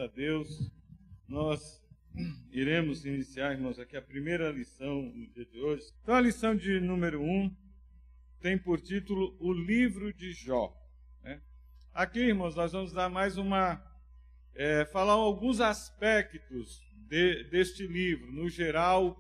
a Deus, nós iremos iniciar, irmãos, aqui a primeira lição no dia de hoje. Então, a lição de número 1 tem por título O Livro de Jó. Aqui, irmãos, nós vamos dar mais falar alguns aspectos deste livro, no geral,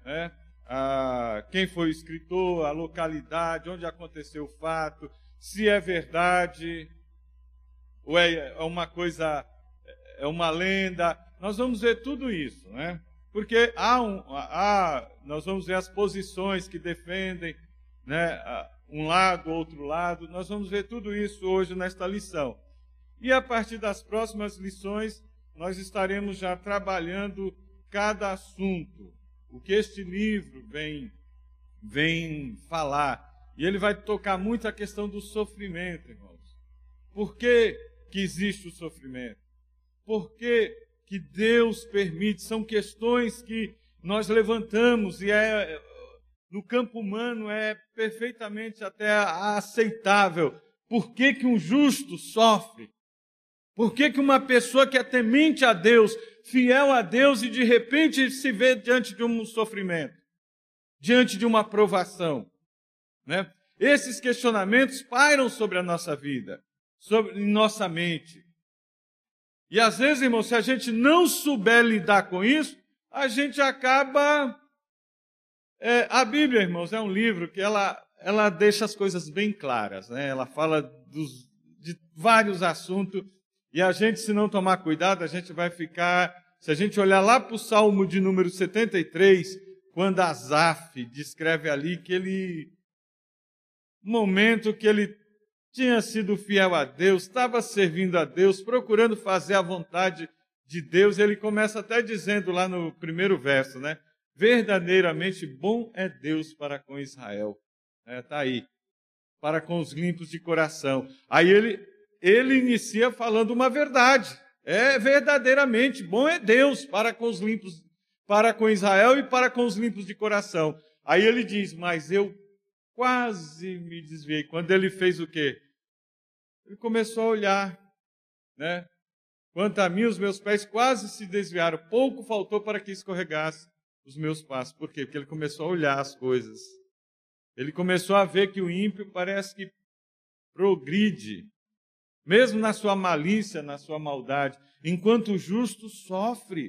quem foi o escritor, a localidade, onde aconteceu o fato, se é verdade, ou é uma lenda. Nós vamos ver tudo isso, né? Porque nós vamos ver as posições que defendem, né, um lado, outro lado. Nós vamos ver tudo isso hoje nesta lição. E a partir das próximas lições, nós estaremos já trabalhando cada assunto, o que este livro vem falar. E ele vai tocar muito a questão do sofrimento, irmãos. Por que existe o sofrimento? Por que Deus permite? São questões que nós levantamos e no campo humano é perfeitamente até aceitável. Por que um justo sofre? Por que uma pessoa que é temente a Deus, fiel a Deus, e de repente se vê diante de um sofrimento, diante de uma provação, né? Esses questionamentos pairam sobre a nossa vida, em nossa mente. E às vezes, irmão, se a gente não souber lidar com isso, a gente acaba... a Bíblia, irmãos, é um livro que ela deixa as coisas bem claras, né? Ela fala de vários assuntos, e a gente, se não tomar cuidado, a gente vai ficar... Se a gente olhar lá para o Salmo de número 73, quando Asaf descreve ali momento que ele tinha sido fiel a Deus, estava servindo a Deus, procurando fazer a vontade de Deus. Ele começa até dizendo lá no primeiro verso, né? Verdadeiramente bom é Deus para com Israel. Está aí. Para com os limpos de coração. Aí ele inicia falando uma verdade. Verdadeiramente bom é Deus para com os limpos, para com Israel e para com os limpos de coração. Aí ele diz, mas eu quase me desviei. Quando ele fez o quê? Ele começou a olhar, né? Quanto a mim, os meus pés quase se desviaram. Pouco faltou para que escorregasse os meus passos. Por quê? Porque ele começou a olhar as coisas. Ele começou a ver que o ímpio parece que progride, mesmo na sua malícia, na sua maldade, enquanto o justo sofre.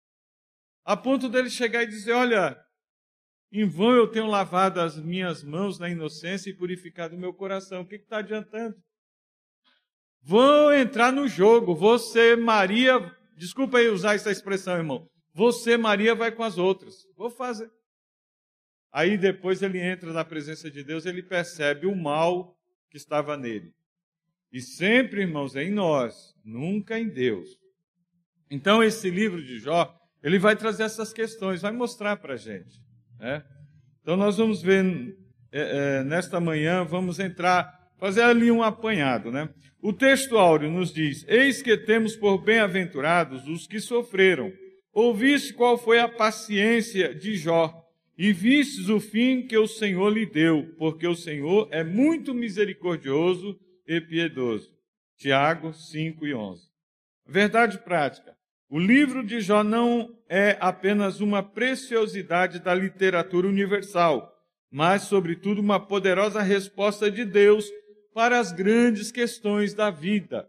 A ponto dele chegar e dizer, olha, em vão eu tenho lavado as minhas mãos na inocência e purificado o meu coração. O que está adiantando? Vou entrar no jogo. Você, Maria, desculpa aí usar essa expressão, irmão. Você, Maria, vai com as outras. Vou fazer. Aí depois ele entra na presença de Deus, ele percebe o mal que estava nele. E sempre, irmãos, é em nós, nunca em Deus. Então esse livro de Jó, ele vai trazer essas questões, vai mostrar para a gente. Então nós vamos ver nesta manhã, vamos fazer ali um apanhado, né? O texto áureo nos diz, eis que temos por bem-aventurados os que sofreram. Ouviste qual foi a paciência de Jó, e vistes o fim que o Senhor lhe deu, porque o Senhor é muito misericordioso e piedoso. Tiago 5 e 11. Verdade prática. O livro de Jó não é apenas uma preciosidade da literatura universal, mas, sobretudo, uma poderosa resposta de Deus para as grandes questões da vida.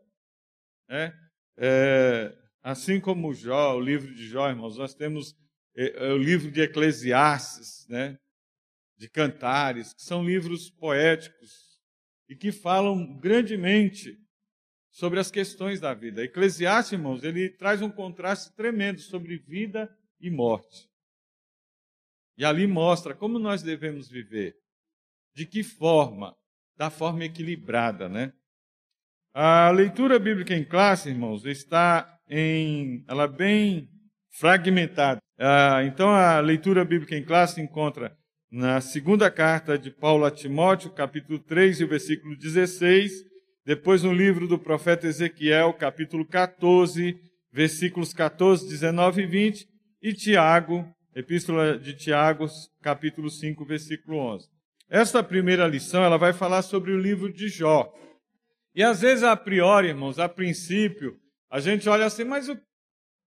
Assim como Jó, o livro de Jó, irmãos, nós temos o livro de Eclesiastes, né? De Cantares, que são livros poéticos e que falam grandemente sobre as questões da vida. Eclesiastes, irmãos, ele traz um contraste tremendo sobre vida e morte. E ali mostra como nós devemos viver. De que forma? Da forma equilibrada, né? A leitura bíblica em classe, irmãos, ela é bem fragmentada. Então, a leitura bíblica em classe se encontra na segunda carta de Paulo a Timóteo, capítulo 3, e o versículo 16, depois no livro do profeta Ezequiel, capítulo 14, versículos 14, 19 e 20, e Tiago, epístola de Tiago, capítulo 5, versículo 11. Esta primeira lição, ela vai falar sobre o livro de Jó. E às vezes, a priori, irmãos, a princípio, a gente olha assim, mas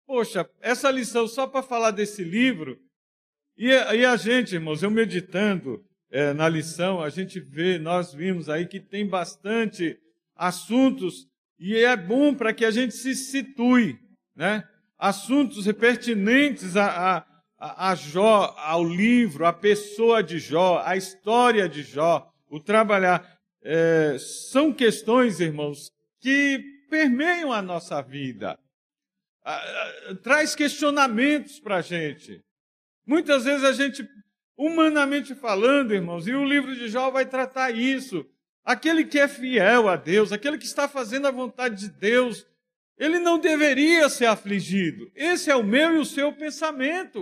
poxa, essa lição só para falar desse livro. E a gente, irmãos, eu meditando na lição, nós vimos aí que tem bastante assuntos, e é bom para que a gente se situe, né? Assuntos pertinentes a Jó, ao livro, à pessoa de Jó, à história de Jó, o trabalhar. São questões, irmãos, que permeiam a nossa vida. Traz questionamentos para a gente. Muitas vezes a gente, humanamente falando, irmãos, e o livro de Jó vai tratar isso. Aquele que é fiel a Deus, aquele que está fazendo a vontade de Deus, ele não deveria ser afligido. Esse é o meu e o seu pensamento.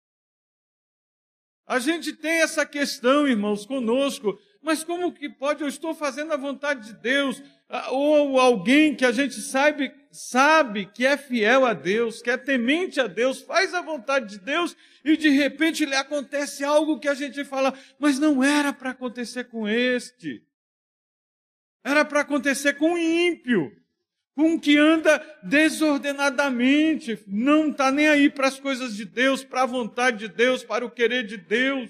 A gente tem essa questão, irmãos, conosco. Mas como que pode? Eu estou fazendo a vontade de Deus. Ou alguém que a gente sabe que é fiel a Deus, que é temente a Deus, faz a vontade de Deus e de repente lhe acontece algo que a gente fala, mas não era para acontecer com este. Era para acontecer com o ímpio, com o que anda desordenadamente, não está nem aí para as coisas de Deus, para a vontade de Deus, para o querer de Deus.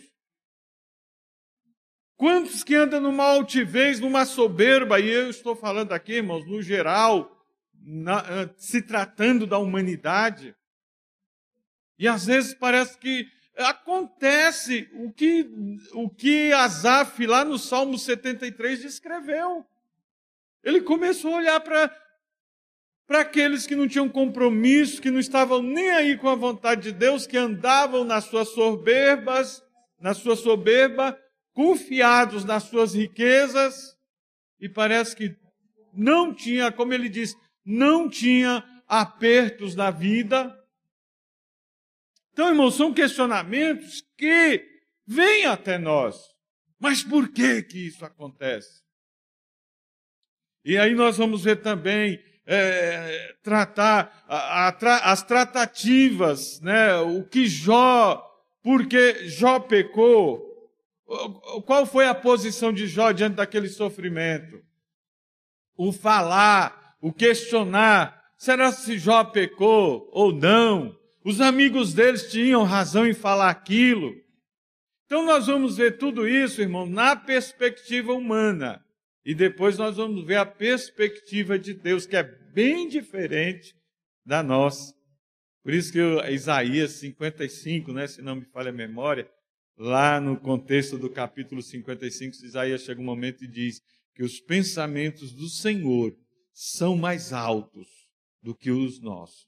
Quantos que andam numa altivez, numa soberba, e eu estou falando aqui, irmãos, no geral, se tratando da humanidade, e às vezes parece que acontece o que Asaf, lá no Salmo 73, descreveu. Ele começou a olhar para aqueles que não tinham compromisso, que não estavam nem aí com a vontade de Deus, que andavam nas suas soberba, confiados nas suas riquezas, e parece que não tinha, como ele diz, não tinha apertos na vida. Então, irmãos, são questionamentos que vêm até nós. Mas por que isso acontece? E aí nós vamos ver também, tratar as tratativas, né? O que porque Jó pecou. Qual foi a posição de Jó diante daquele sofrimento? O falar, o questionar, será se Jó pecou ou não? Os amigos deles tinham razão em falar aquilo. Então nós vamos ver tudo isso, irmão, na perspectiva humana. E depois nós vamos ver a perspectiva de Deus, que é bem diferente da nossa. Por isso que Isaías 55, né, se não me falha a memória, lá no contexto do capítulo 55, Isaías chega um momento e diz que os pensamentos do Senhor são mais altos do que os nossos.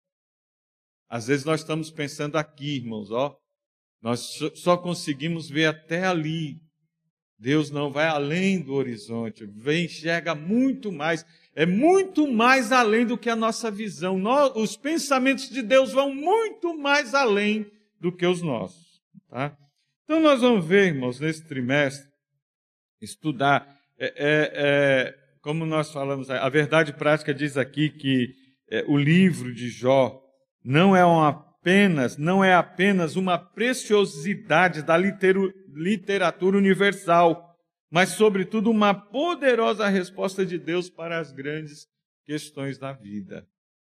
Às vezes nós estamos pensando aqui, irmãos, nós só conseguimos ver até ali. Deus não vai além do horizonte, enxerga muito mais, é muito mais além do que a nossa visão. Os pensamentos de Deus vão muito mais além do que os nossos. Tá? Então nós vamos ver, irmãos, nesse trimestre, estudar, como nós falamos, a verdade prática diz aqui que o livro de Jó não é apenas uma preciosidade da literatura universal, mas, sobretudo, uma poderosa resposta de Deus para as grandes questões da vida.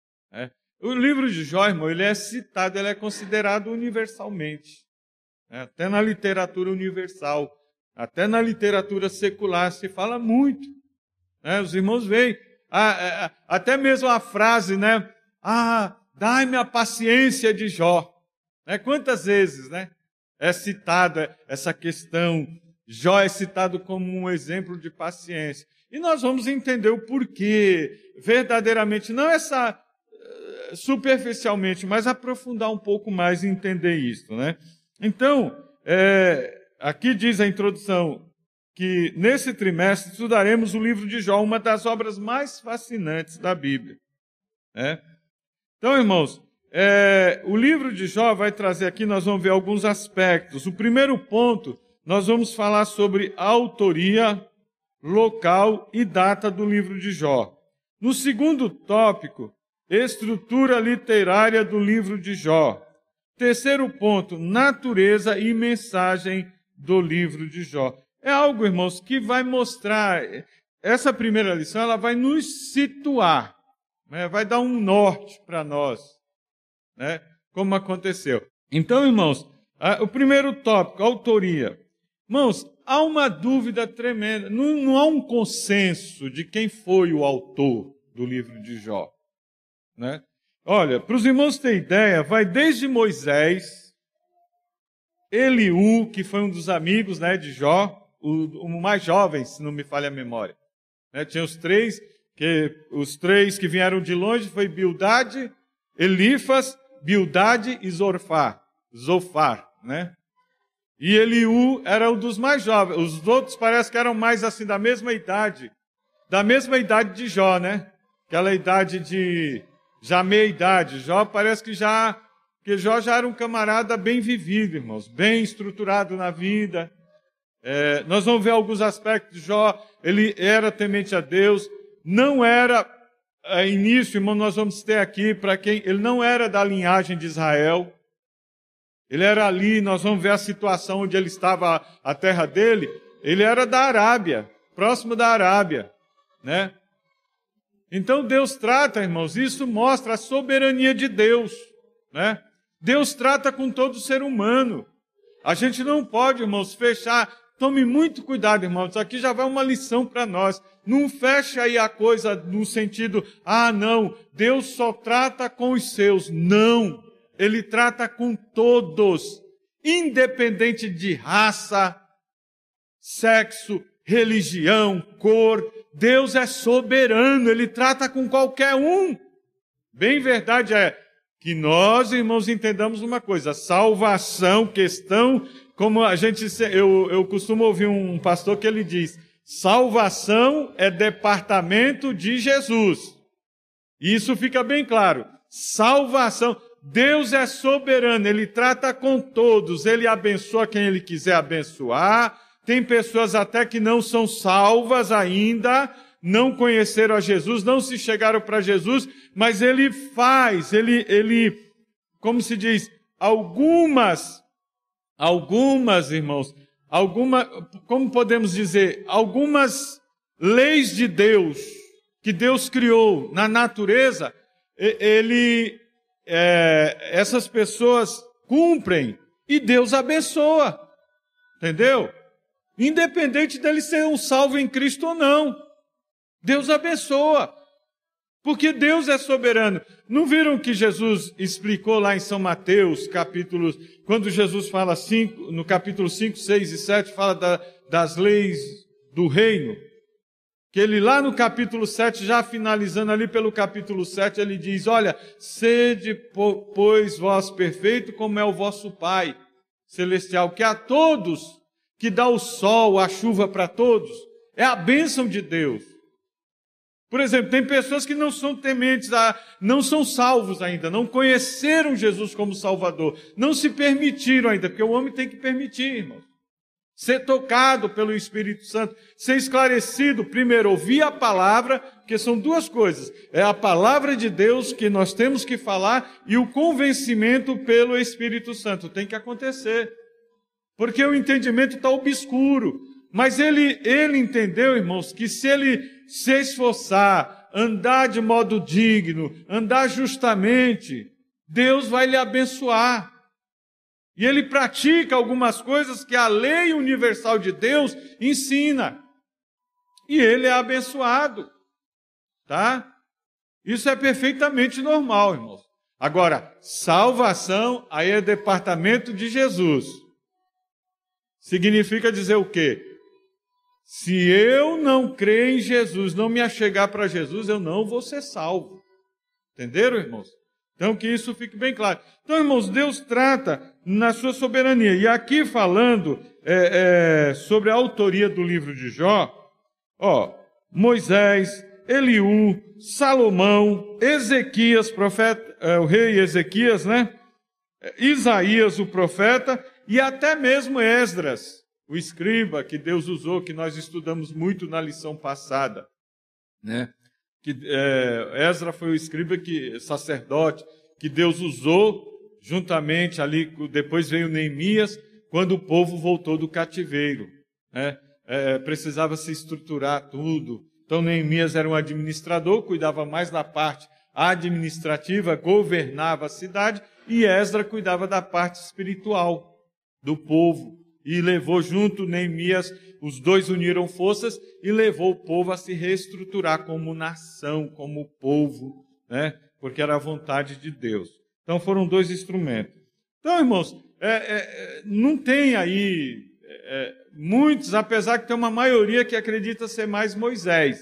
O livro de Jó, irmão, ele é citado, ele é considerado universalmente. Até na literatura universal, até na literatura secular se fala muito. Os irmãos veem, até mesmo a frase, né? Dai-me a paciência de Jó. Quantas vezes, né? É citada essa questão. Jó é citado como um exemplo de paciência. E nós vamos entender o porquê, verdadeiramente, não superficialmente, mas aprofundar um pouco mais e entender isso, né? Então, aqui diz a introdução que nesse trimestre estudaremos o livro de Jó, uma das obras mais fascinantes da Bíblia. Então, irmãos, o livro de Jó vai trazer aqui, nós vamos ver alguns aspectos. O primeiro ponto, nós vamos falar sobre a autoria, local e data do livro de Jó. No segundo tópico, estrutura literária do livro de Jó. Terceiro ponto, natureza e mensagem do livro de Jó. É algo, irmãos, que vai mostrar, essa primeira lição, ela vai nos situar, vai dar um norte para nós. né? Como aconteceu. Então, irmãos, o primeiro tópico, autoria. Irmãos, há uma dúvida tremenda, não há um consenso de quem foi o autor do livro de Jó, né? Olha, para os irmãos terem ideia, vai desde Moisés, Eliú, que foi um dos amigos, né, de Jó, o mais jovem, se não me falha a memória, né? Tinha os três que vieram de longe, foi Bildade, Elifas, Bildade e Zofar, né? E Eliú era um dos mais jovens. Os outros parece que eram mais assim da mesma idade de Jó, né? Aquela idade de já meia idade. Jó parece que Jó já era um camarada bem vivido, irmãos, bem estruturado na vida. Nós vamos ver alguns aspectos de Jó. Ele era temente a Deus, não era início, irmão, nós vamos ter aqui para quem ele não era da linhagem de Israel. Ele era ali, nós vamos ver a situação onde ele estava, a terra dele. Ele era da Arábia, próximo da Arábia, né? Então Deus trata, irmãos, isso mostra a soberania de Deus, né? Deus trata com todo ser humano. A gente não pode, irmãos, fechar. Tome muito cuidado, irmãos. Aqui já vai uma lição para nós. Não feche aí a coisa no sentido, não, Deus só trata com os seus. Não. Ele trata com todos, independente de raça, sexo, religião, cor. Deus é soberano, Ele trata com qualquer um. Bem verdade é que nós, irmãos, entendamos uma coisa, salvação, questão, como eu costumo ouvir um pastor que ele diz, salvação é departamento de Jesus. E isso fica bem claro. Salvação, Deus é soberano, Ele trata com todos, Ele abençoa quem Ele quiser abençoar. Tem pessoas até que não são salvas ainda, não conheceram a Jesus, não se chegaram para Jesus, mas Ele faz, como se diz, algumas, irmãos, como podemos dizer, algumas leis de Deus, que Deus criou na natureza, essas pessoas cumprem e Deus abençoa, entendeu? Independente dele ser um salvo em Cristo ou não, Deus abençoa, porque Deus é soberano. Não viram que Jesus explicou lá em São Mateus, quando Jesus fala no capítulo 5, 6 e 7, fala das leis do reino, que ele lá no capítulo 7, já finalizando ali pelo capítulo 7, ele diz, olha, sede, pois, vós perfeito, como é o vosso Pai celestial, que a todos, que dá o sol, a chuva para todos, é a bênção de Deus. Por exemplo, tem pessoas que não são tementes, não são salvos ainda, não conheceram Jesus como Salvador, não se permitiram ainda, porque o homem tem que permitir, irmãos. Ser tocado pelo Espírito Santo, ser esclarecido, primeiro ouvir a palavra, porque são duas coisas, é a palavra de Deus que nós temos que falar e o convencimento pelo Espírito Santo, tem que acontecer, porque o entendimento está obscuro, mas ele entendeu, irmãos, que se ele se esforçar, andar de modo digno, andar justamente, Deus vai lhe abençoar. E ele pratica algumas coisas que a lei universal de Deus ensina. E ele é abençoado. Tá? Isso é perfeitamente normal, irmãos. Agora, salvação, aí é departamento de Jesus. Significa dizer o quê? Se eu não crer em Jesus, não me achegar para Jesus, eu não vou ser salvo. Entenderam, irmãos? Então, que isso fique bem claro. Então, irmãos, Deus trata na sua soberania. E aqui falando sobre a autoria do livro de Jó, Moisés, Eliú, Salomão, Ezequias, profeta, o rei Ezequias, né? Isaías, o profeta, e até mesmo Esdras, o escriba que Deus usou, que nós estudamos muito na lição passada, né? Esdras foi o escriba sacerdote, que Deus usou juntamente ali, depois veio Neemias, quando o povo voltou do cativeiro, né? Precisava se estruturar tudo. Então Neemias era um administrador, cuidava mais da parte administrativa, governava a cidade, e Esdras cuidava da parte espiritual do povo. E levou junto Neemias, os dois uniram forças e levou o povo a se reestruturar como nação, como povo, né? Porque era a vontade de Deus. Então foram dois instrumentos. Então, irmãos, não tem aí muitos, apesar que tem uma maioria que acredita ser mais Moisés.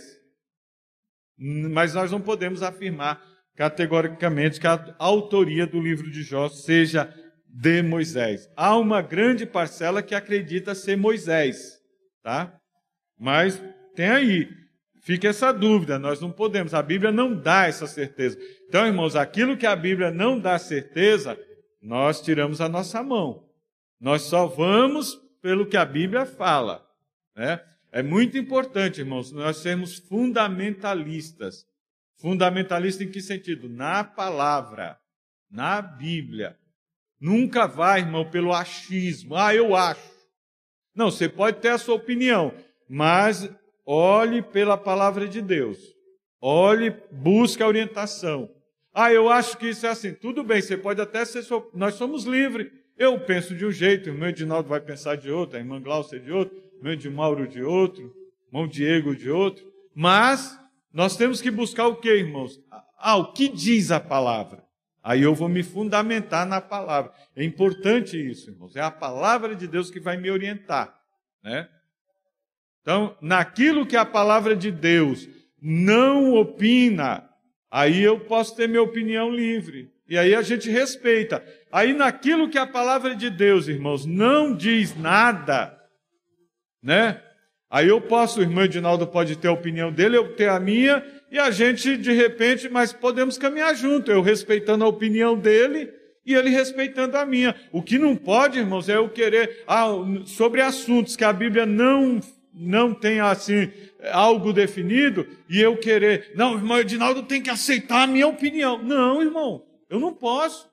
Mas nós não podemos afirmar categoricamente que a autoria do livro de Jó seja de Moisés. Há uma grande parcela que acredita ser Moisés, tá? Mas tem aí, fica essa dúvida, nós não podemos, a Bíblia não dá essa certeza. Então, irmãos, aquilo que a Bíblia não dá certeza, nós tiramos a nossa mão. Nós só vamos pelo que a Bíblia fala, né? É muito importante, irmãos, nós sermos fundamentalistas. Fundamentalista em que sentido? Na palavra, na Bíblia. Nunca vai, irmão, pelo achismo. Eu acho. Não, você pode ter a sua opinião, mas olhe pela palavra de Deus. Olhe, busque a orientação. Eu acho que isso é assim. Tudo bem, você pode até ser... Nós somos livres. Eu penso de um jeito, o irmão Edinaldo vai pensar de outro, a irmã Glaucia de outro, o irmão Edmauro de outro, o irmão Diego de outro. Mas nós temos que buscar o quê, irmãos? O que diz a palavra? Aí eu vou me fundamentar na palavra. É importante isso, irmãos. É a palavra de Deus que vai me orientar, né? Então, naquilo que a palavra de Deus não opina, aí eu posso ter minha opinião livre. E aí a gente respeita. Aí naquilo que a palavra de Deus, irmãos, não diz nada, né? Aí eu posso, o irmão Edinaldo pode ter a opinião dele, eu ter a minha, e a gente, de repente, mas podemos caminhar junto, eu respeitando a opinião dele e ele respeitando a minha. O que não pode, irmãos, é eu querer, sobre assuntos que a Bíblia não tem, assim, algo definido, e eu querer, não, o irmão Edinaldo tem que aceitar a minha opinião. Não, irmão, eu não posso.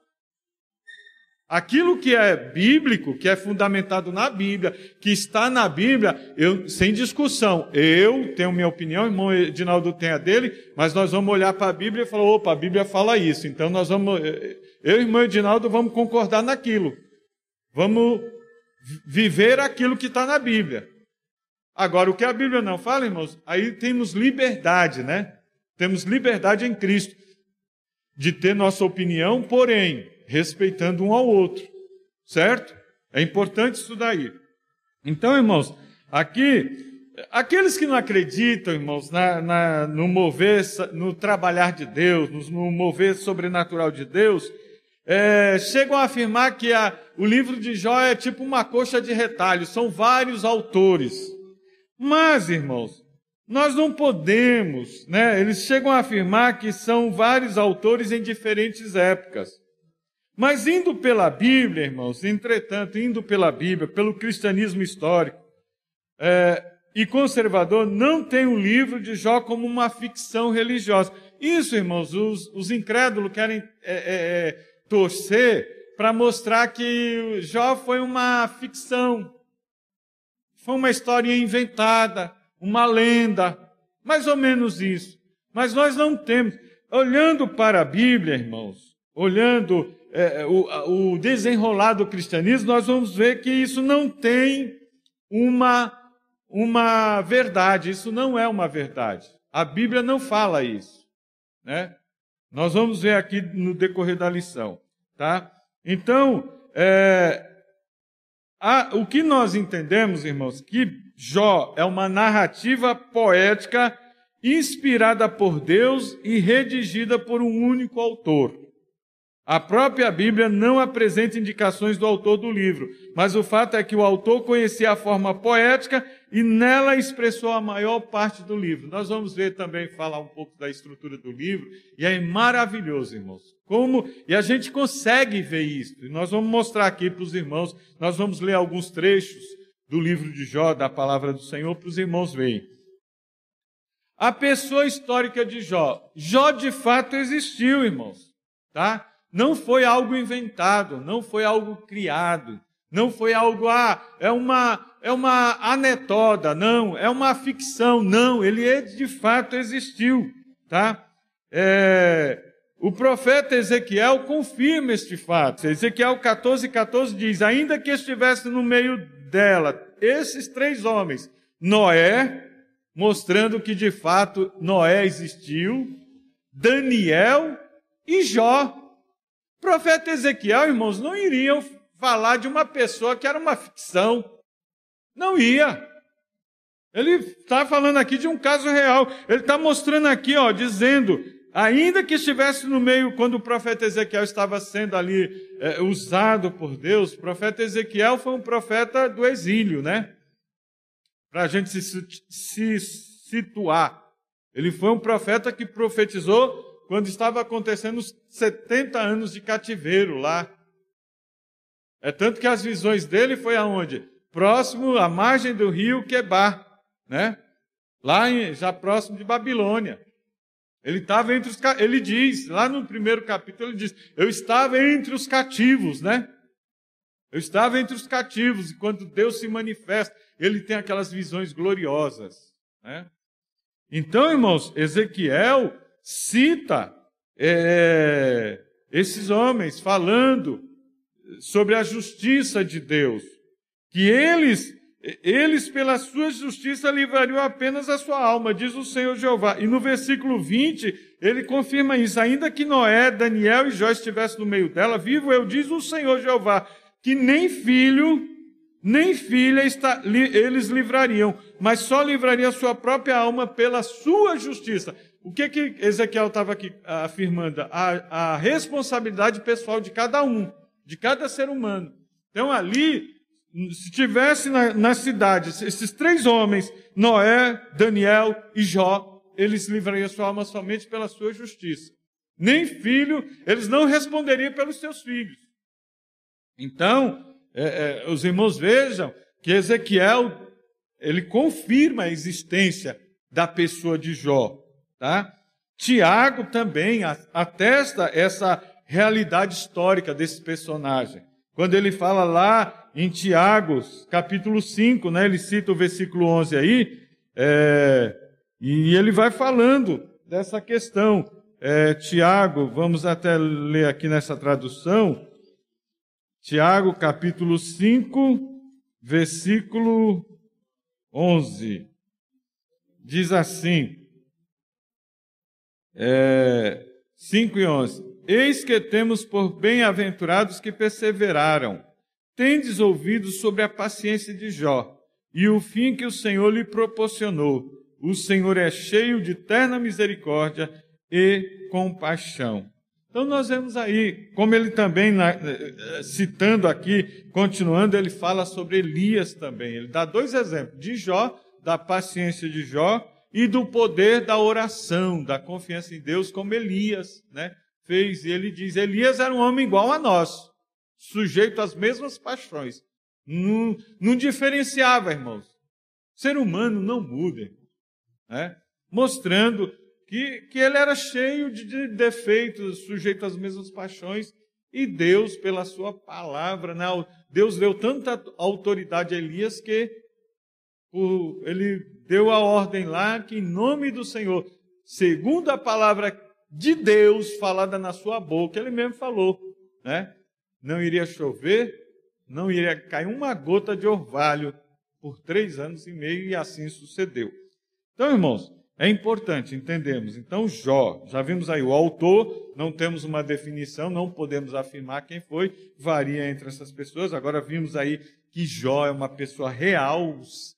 Aquilo que é bíblico, que é fundamentado na Bíblia, que está na Bíblia, sem discussão. Eu tenho minha opinião, o irmão Edinaldo tem a dele, mas nós vamos olhar para a Bíblia e falar, opa, a Bíblia fala isso. Então nós vamos, eu e o irmão Edinaldo vamos concordar naquilo. Vamos viver aquilo que está na Bíblia. Agora, o que a Bíblia não fala, irmãos, aí temos liberdade, né? Temos liberdade em Cristo de ter nossa opinião, porém, respeitando um ao outro, certo? É importante isso daí. Então, irmãos, aqui, aqueles que não acreditam, irmãos, no mover, no trabalhar de Deus, no mover sobrenatural de Deus, chegam a afirmar que o livro de Jó é tipo uma coxa de retalhos, são vários autores. Mas, irmãos, nós não podemos, né? Eles chegam a afirmar que são vários autores em diferentes épocas. Mas indo pela Bíblia, irmãos, entretanto, indo pela Bíblia, pelo cristianismo histórico e conservador, não tem o livro de Jó como uma ficção religiosa. Isso, irmãos, os incrédulos querem torcer para mostrar que Jó foi uma ficção, foi uma história inventada, uma lenda, mais ou menos isso. Mas nós não temos. Olhando para a Bíblia, irmãos, olhando o desenrolar do cristianismo, nós vamos ver que isso não tem uma verdade, isso não é uma verdade. A Bíblia não fala isso, né? Nós vamos ver aqui no decorrer da lição, tá? Então, o que nós entendemos, irmãos, que Jó é uma narrativa poética inspirada por Deus e redigida por um único autor. A própria Bíblia não apresenta indicações do autor do livro, mas o fato é que o autor conhecia a forma poética e nela expressou a maior parte do livro. Nós vamos ver também, falar um pouco da estrutura do livro, e é maravilhoso, irmãos. E a gente consegue ver isso, e nós vamos mostrar aqui para os irmãos, nós vamos ler alguns trechos do livro de Jó, da palavra do Senhor, para os irmãos verem. A pessoa histórica de Jó. Jó de fato existiu, irmãos, tá? Não foi algo inventado, não foi algo criado, não foi algo, é uma anedota, não, é uma ficção, não, ele de fato existiu, tá? o profeta Ezequiel confirma este fato. Ezequiel 14:14 diz: ainda que estivesse no meio dela esses 3 homens, Noé, mostrando que de fato Noé existiu, Daniel e Jó. O profeta Ezequiel, irmãos, não iriam falar de uma pessoa que era uma ficção. Não ia. Ele está falando aqui de um caso real. Ele está mostrando aqui, dizendo, ainda que estivesse no meio, quando o profeta Ezequiel estava sendo ali usado por Deus, o profeta Ezequiel foi um profeta do exílio, né? Para a gente se situar. Ele foi um profeta que profetizou quando estava acontecendo os 70 anos de cativeiro lá. É tanto que as visões dele foi aonde? Próximo à margem do rio Quebar, né? Lá já próximo de Babilônia. Ele estava entre os, ele diz, lá no primeiro capítulo, ele diz, eu estava entre os cativos, né? Eu estava entre os cativos, e quando Deus se manifesta, ele tem aquelas visões gloriosas, né? Então, irmãos, Ezequiel cita esses homens falando sobre a justiça de Deus, que eles pela sua justiça livrariam apenas a sua alma, diz o Senhor Jeová. E no versículo 20, ele confirma isso, ainda que Noé, Daniel e Jó estivessem no meio dela, vivo eu, diz o Senhor Jeová, que nem filho, nem filha eles livrariam, mas só livrariam a sua própria alma pela sua justiça. O que Ezequiel estava aqui afirmando? A responsabilidade pessoal de cada um, de cada ser humano. Então ali, se tivesse na cidade esses 3 homens, Noé, Daniel e Jó, eles livrariam a sua alma somente pela sua justiça. Nem filho, eles não responderiam pelos seus filhos. Então, os irmãos vejam que Ezequiel, ele confirma a existência da pessoa de Jó, tá? Tiago também atesta essa realidade histórica desse personagem. Quando ele fala lá em Tiago, capítulo 5, né, ele cita o versículo 11 aí, e ele vai falando dessa questão. Tiago, vamos até ler aqui nessa tradução, Tiago, capítulo 5, versículo 11. Diz assim, 5 e 11. Eis que temos por bem-aventurados que perseveraram. Tendes ouvido sobre a paciência de Jó, e o fim que o Senhor lhe proporcionou. O Senhor é cheio de terna misericórdia e compaixão. Então nós vemos aí, como ele também, citando aqui, continuando, ele fala sobre Elias também. Ele dá 2 exemplos, de Jó, da paciência de Jó, e do poder da oração, da confiança em Deus, como Elias, né, fez. E ele diz, Elias era um homem igual a nós, sujeito às mesmas paixões. Não diferenciava, irmãos. O ser humano não muda, né? Mostrando que ele era cheio de defeitos, sujeito às mesmas paixões, e Deus, pela sua palavra, né? Deus deu tanta autoridade a Elias que ele deu a ordem lá que, em nome do Senhor, segundo a palavra de Deus falada na sua boca, ele mesmo falou, né? Não iria chover, não iria cair uma gota de orvalho por 3 anos e meio, e assim sucedeu. Então, irmãos, é importante entendermos. Então, Jó, já vimos aí o autor, não temos uma definição, não podemos afirmar quem foi, varia entre essas pessoas. Agora vimos aí que Jó é uma pessoa real,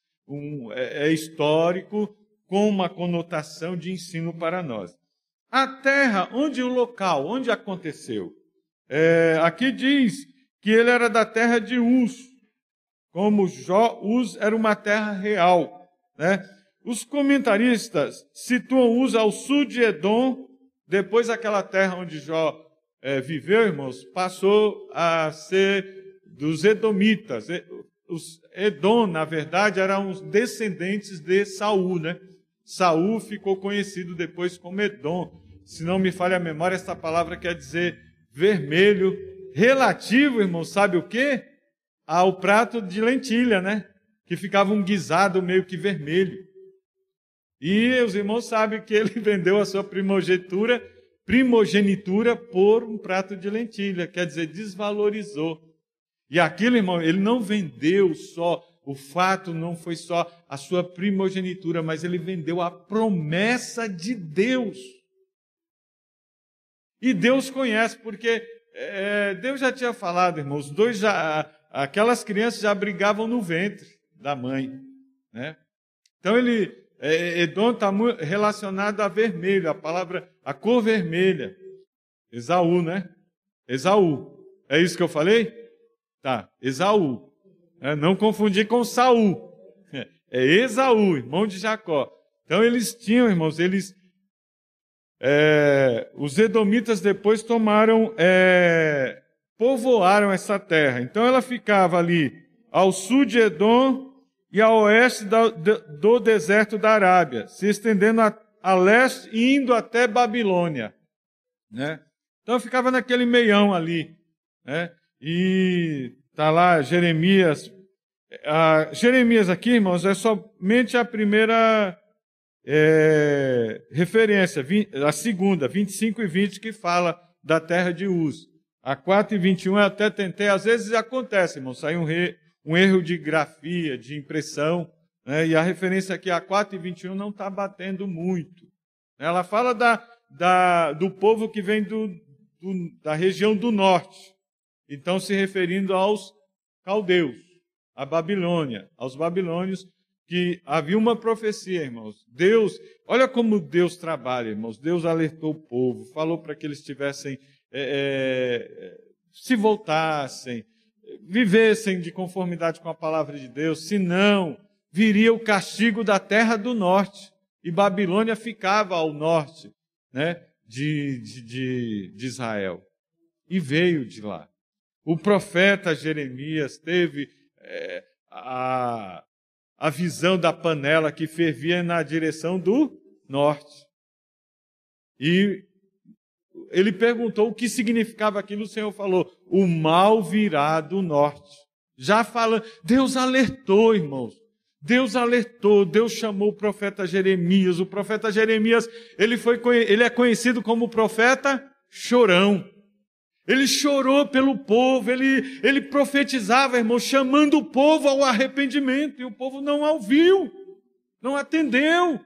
é histórico, com uma conotação de ensino para nós. A terra, o local, onde aconteceu? Aqui diz que ele era da terra de Uz, como Jó, Uz era uma terra real, né? Os comentaristas situam Uz ao sul de Edom, depois aquela terra onde Jó viveu, irmãos, passou a ser dos edomitas. Os Edom, na verdade, eram os descendentes de Saul, né? Saul ficou conhecido depois como Edom. Se não me falha a memória, essa palavra quer dizer vermelho, relativo, irmão, sabe o quê? Ao prato de lentilha, né? Que ficava um guisado meio que vermelho. E os irmãos sabem que ele vendeu a sua primogenitura primogenitura por um prato de lentilha, quer dizer, desvalorizou. E aquilo, irmão, ele não vendeu só, o fato não foi só a sua primogenitura, mas ele vendeu a promessa de Deus. E Deus conhece, porque Deus já tinha falado, irmãos, aquelas crianças já brigavam no ventre da mãe, né? Então Edom está relacionado a vermelho, a cor vermelha. Esaú, né? Esaú. É isso que eu falei? Tá, Esaú. Não confundir com Saul. É Esaú, irmão de Jacó. Então eles tinham, irmãos, os edomitas depois povoaram essa terra. Então ela ficava ali ao sul de Edom e a oeste do deserto da Arábia, se estendendo a leste e indo até Babilônia, né? Então ficava naquele meião ali, né? E está lá Jeremias. Jeremias aqui, irmãos, é somente a primeira referência, a segunda, 25 e 20, que fala da terra de Uz. A 4 e 21 eu até tentei, às vezes acontece, irmãos, sai um erro de grafia, de impressão, né? E a referência aqui a 4 e 21 não está batendo muito. Ela fala do povo que vem da região do norte, então se referindo aos caldeus, à Babilônia, aos babilônios, que havia uma profecia, irmãos. Deus, olha como Deus trabalha, irmãos. Deus alertou o povo, falou para que eles se voltassem, vivessem de conformidade com a palavra de Deus, senão viria o castigo da terra do norte, e Babilônia ficava ao norte, né, de Israel, e veio de lá. O profeta Jeremias teve a visão da panela que fervia na direção do norte, e ele perguntou o que significava aquilo. O Senhor falou: o mal virá do norte. Já falando, Deus alertou, irmãos. Deus alertou, Deus chamou o profeta Jeremias. O profeta Jeremias, ele é conhecido como profeta chorão. Ele chorou pelo povo, ele profetizava, irmãos, chamando o povo ao arrependimento, e o povo não ouviu, não atendeu.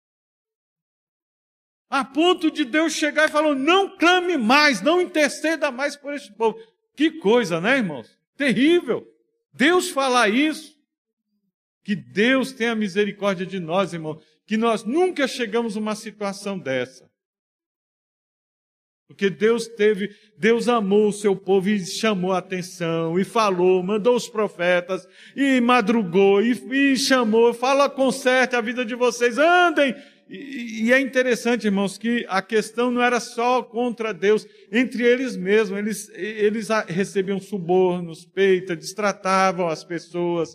A ponto de Deus chegar e falar: não clame mais, não interceda mais por este povo. Que coisa, né, irmãos? Terrível. Deus falar isso. Que Deus tenha misericórdia de nós, irmãos, que nós nunca chegamos a uma situação dessa. Porque Deus amou o seu povo e chamou a atenção, e falou, mandou os profetas, e madrugou, e chamou, fala, conserte a vida de vocês, andem. E é interessante, irmãos, que a questão não era só contra Deus, entre eles mesmos, eles recebiam subornos, peita, destratavam as pessoas,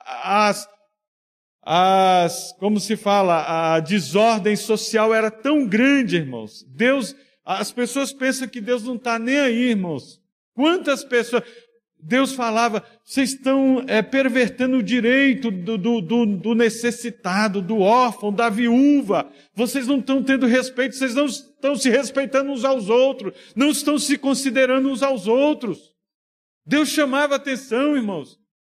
como se fala, a desordem social era tão grande, irmãos. As pessoas pensam que Deus não está nem aí, irmãos. Quantas pessoas... Deus falava: vocês estão pervertendo o direito do necessitado, do órfão, da viúva. Vocês não estão tendo respeito, vocês não estão se respeitando uns aos outros, não estão se considerando uns aos outros. Deus chamava atenção, irmãos.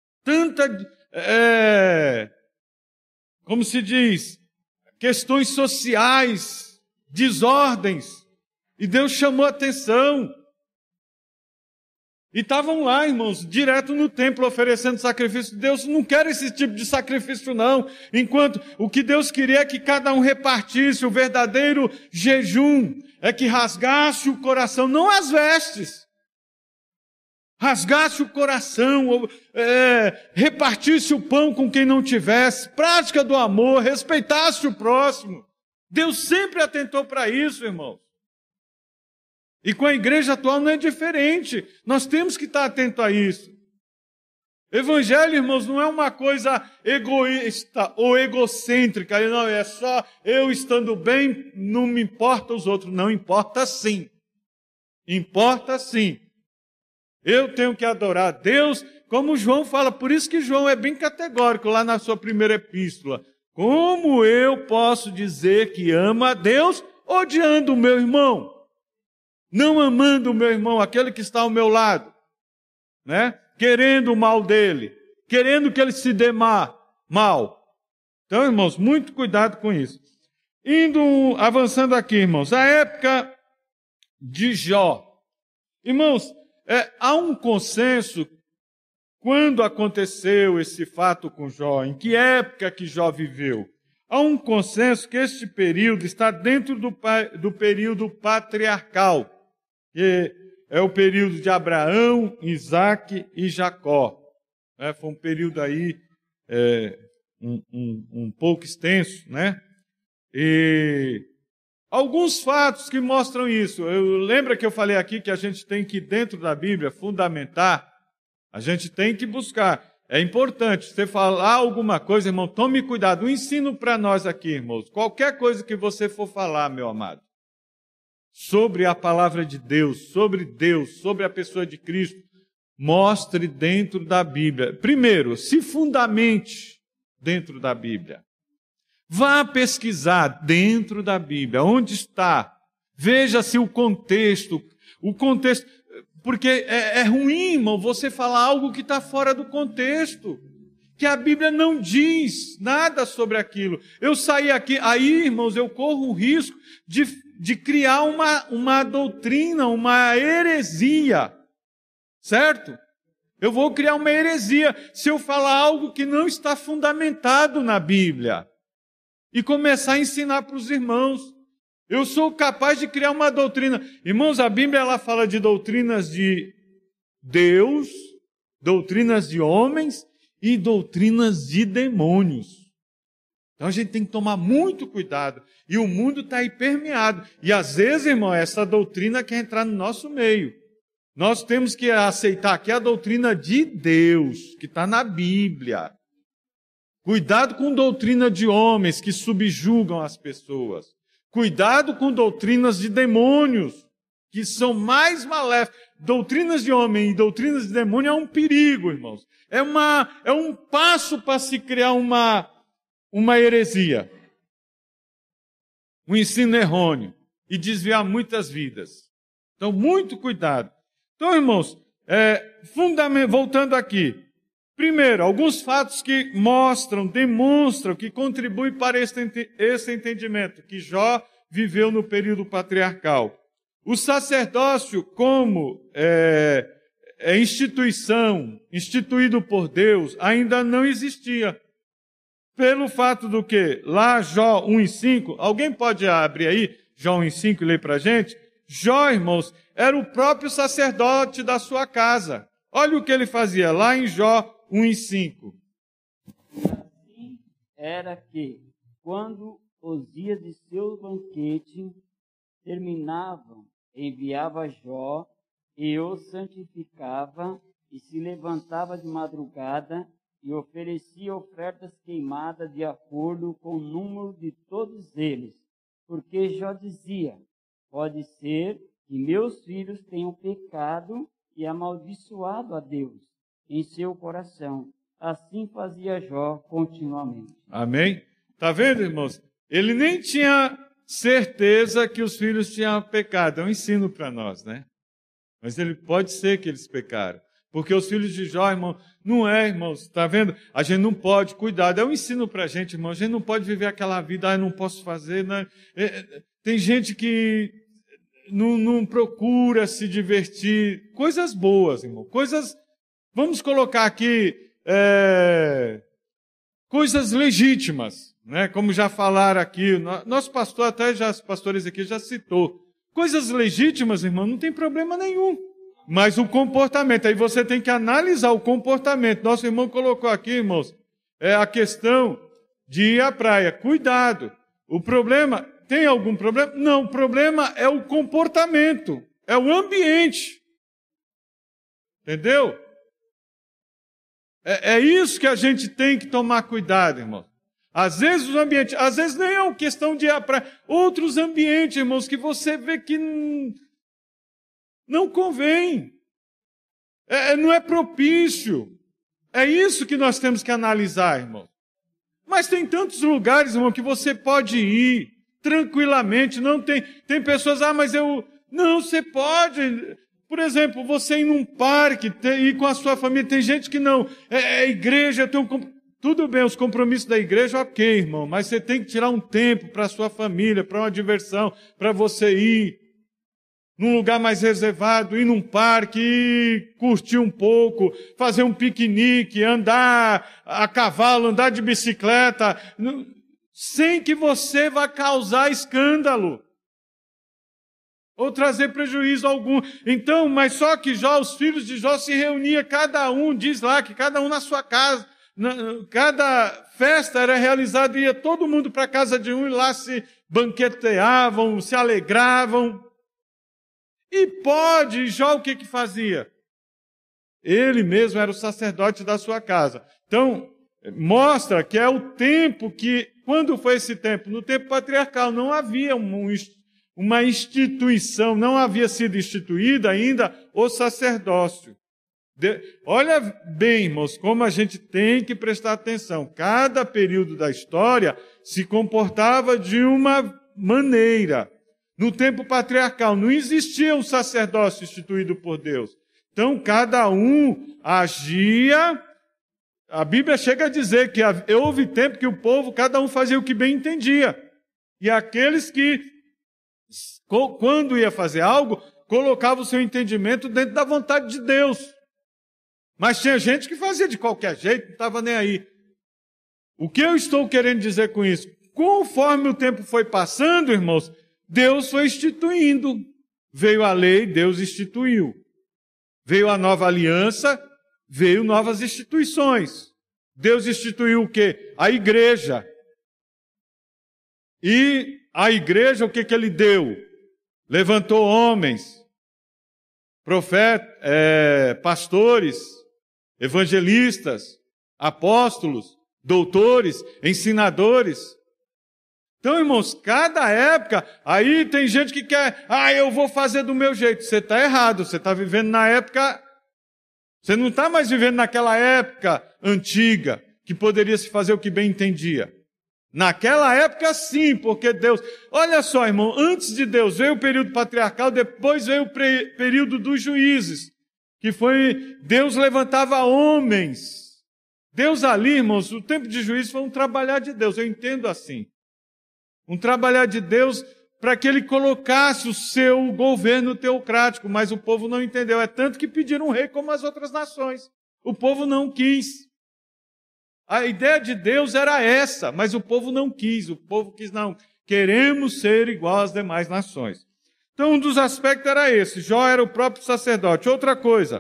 Como se diz, questões sociais, desordens. E Deus chamou atenção. E estavam lá, irmãos, direto no templo oferecendo sacrifício. Deus não quer esse tipo de sacrifício, não. Enquanto o que Deus queria é que cada um repartisse. O verdadeiro jejum é que rasgasse o coração, não as vestes. Rasgasse o coração, repartisse o pão com quem não tivesse, prática do amor, respeitasse o próximo. Deus sempre atentou para isso, irmãos. E com a igreja atual não é diferente. Nós temos que estar atento a isso. Evangelho, irmãos, não é uma coisa egoísta ou egocêntrica. Não, é só eu estando bem, não me importa os outros. Não, importa sim. Importa sim. Eu tenho que adorar a Deus, como João fala. Por isso que João é bem categórico lá na sua primeira epístola. Como eu posso dizer que amo a Deus odiando o meu irmão? não amando o meu irmão, aquele que está ao meu lado, né? Querendo o mal dele, querendo que ele se dê mal. Então, irmãos, muito cuidado com isso. Avançando aqui, irmãos, a época de Jó. Irmãos, há um consenso quando aconteceu esse fato com Jó, em que época que Jó viveu. Há um consenso que este período está dentro do período patriarcal, que é o período de Abraão, Isaque e Jacó. Foi um período aí um pouco extenso, né? E alguns fatos que mostram isso. Lembra que eu falei aqui que a gente tem que, dentro da Bíblia, fundamentar, a gente tem que buscar. É importante, você falar alguma coisa, irmão, tome cuidado. Um ensino para nós aqui, irmãos. Qualquer coisa que você for falar, meu amado, sobre a palavra de Deus, sobre a pessoa de Cristo, mostre dentro da Bíblia. Primeiro, se fundamente dentro da Bíblia. Vá pesquisar dentro da Bíblia, onde está. Veja se o contexto, porque é ruim, irmão, você falar algo que está fora do contexto, que a Bíblia não diz nada sobre aquilo. Eu saí aqui, aí, irmãos, eu corro o risco de criar uma doutrina, uma heresia, certo? Eu vou criar uma heresia se eu falar algo que não está fundamentado na Bíblia e começar a ensinar para os irmãos. Eu sou capaz de criar uma doutrina. Irmãos, a Bíblia ela fala de doutrinas de Deus, doutrinas de homens e doutrinas de demônios. Então a gente tem que tomar muito cuidado. E o mundo está aí permeado. E às vezes, irmão, essa doutrina quer entrar no nosso meio. Nós temos que aceitar aqui a doutrina de Deus, que está na Bíblia. Cuidado com doutrina de homens que subjugam as pessoas. Cuidado com doutrinas de demônios, que são mais maléficas. Doutrinas de homem e doutrinas de demônio é um perigo, irmãos. É um passo para se criar uma heresia. Um ensino errôneo. E desviar muitas vidas. Então, muito cuidado. Então, irmãos, voltando aqui. Primeiro, alguns fatos que demonstram, que contribuem para esse entendimento, que Jó viveu no período patriarcal. O sacerdócio como instituição, instituído por Deus, ainda não existia. Pelo fato do que? Lá, Jó 1:5, alguém pode abrir aí, Jó 1:5 e ler para a gente? Jó, irmãos, era o próprio sacerdote da sua casa. Olha o que ele fazia lá em Jó 1:5. Assim era que, quando os dias de seu banquete terminavam, enviava Jó e o santificava e se levantava de madrugada e oferecia ofertas queimadas de acordo com o número de todos eles. Porque Jó dizia, pode ser que meus filhos tenham pecado e amaldiçoado a Deus em seu coração. Assim fazia Jó continuamente. Amém? Está vendo, irmãos? Ele nem tinha certeza que os filhos tinham pecado. É um ensino para nós, né? Mas pode ser que eles pecaram. Porque os filhos de Jó, irmão, não irmãos, está vendo? A gente não pode, cuidado, é um ensino para a gente, irmão. A gente não pode viver aquela vida, eu não posso fazer. Não. Tem gente que não procura se divertir. Coisas boas, irmão. Vamos colocar aqui, coisas legítimas, né? Como já falaram aqui, nosso pastor, os pastores aqui já citou. Coisas legítimas, irmão, não tem problema nenhum. Mas o comportamento, aí você tem que analisar o comportamento. Nosso irmão colocou aqui, irmãos, a questão de ir à praia. Cuidado. O problema, tem algum problema? Não, o problema é o comportamento, é o ambiente. Entendeu? É isso que a gente tem que tomar cuidado, irmão. Às vezes os ambientes, às vezes nem é uma questão de ir à praia. Outros ambientes, irmãos, que você vê que não convém. Não é propício. É isso que nós temos que analisar, irmão. Mas tem tantos lugares, irmão, que você pode ir tranquilamente. Não tem pessoas, mas eu Não, você pode. Por exemplo, você ir num parque, ir com a sua família. Tem gente que não. É igreja, tudo bem, os compromissos da igreja, ok, irmão. Mas você tem que tirar um tempo para a sua família, para uma diversão, para você ir num lugar mais reservado, ir num parque, ir curtir um pouco, fazer um piquenique, andar a cavalo, andar de bicicleta, sem que você vá causar escândalo ou trazer prejuízo algum. Então, mas só que os filhos de Jó se reuniam, cada um, diz lá, que cada um na sua casa, cada festa era realizada, ia todo mundo para a casa de um e lá se banqueteavam, se alegravam. E Jó o que fazia? Ele mesmo era o sacerdote da sua casa. Então, mostra que é o tempo que, quando foi esse tempo? No tempo patriarcal, não havia uma instituição, não havia sido instituída ainda o sacerdócio. Olha bem, irmãos, como a gente tem que prestar atenção. Cada período da história se comportava de uma maneira. No tempo patriarcal não existia um sacerdócio instituído por Deus. Então, cada um agia. A Bíblia chega a dizer que houve tempo que o povo, cada um fazia o que bem entendia. E aqueles que, quando ia fazer algo, colocavam o seu entendimento dentro da vontade de Deus. Mas tinha gente que fazia de qualquer jeito, não estava nem aí. O que eu estou querendo dizer com isso? Conforme o tempo foi passando, irmãos, Deus foi instituindo. Veio a lei, Deus instituiu. Veio a nova aliança, veio novas instituições. Deus instituiu o quê? A igreja. E a igreja, o que ele deu? Levantou homens, profetas, pastores, evangelistas, apóstolos, doutores, ensinadores. Então, irmãos, cada época, aí tem gente que quer, eu vou fazer do meu jeito. Você está errado, você está vivendo na época, você não está mais vivendo naquela época antiga, que poderia se fazer o que bem entendia. Naquela época, sim, porque Deus... Olha só, irmão, antes de Deus veio o período patriarcal, depois veio o período dos juízes, que foi, Deus levantava homens. Deus ali, irmãos, o tempo de juízo foi um trabalhar de Deus, eu entendo assim. Um trabalhar de Deus para que ele colocasse o seu governo teocrático, mas o povo não entendeu. É tanto que pediram um rei como as outras nações. O povo não quis. A ideia de Deus era essa, mas o povo não quis. O povo quis, não, queremos ser igual às demais nações. Então, um dos aspectos era esse. Jó era o próprio sacerdote. Outra coisa,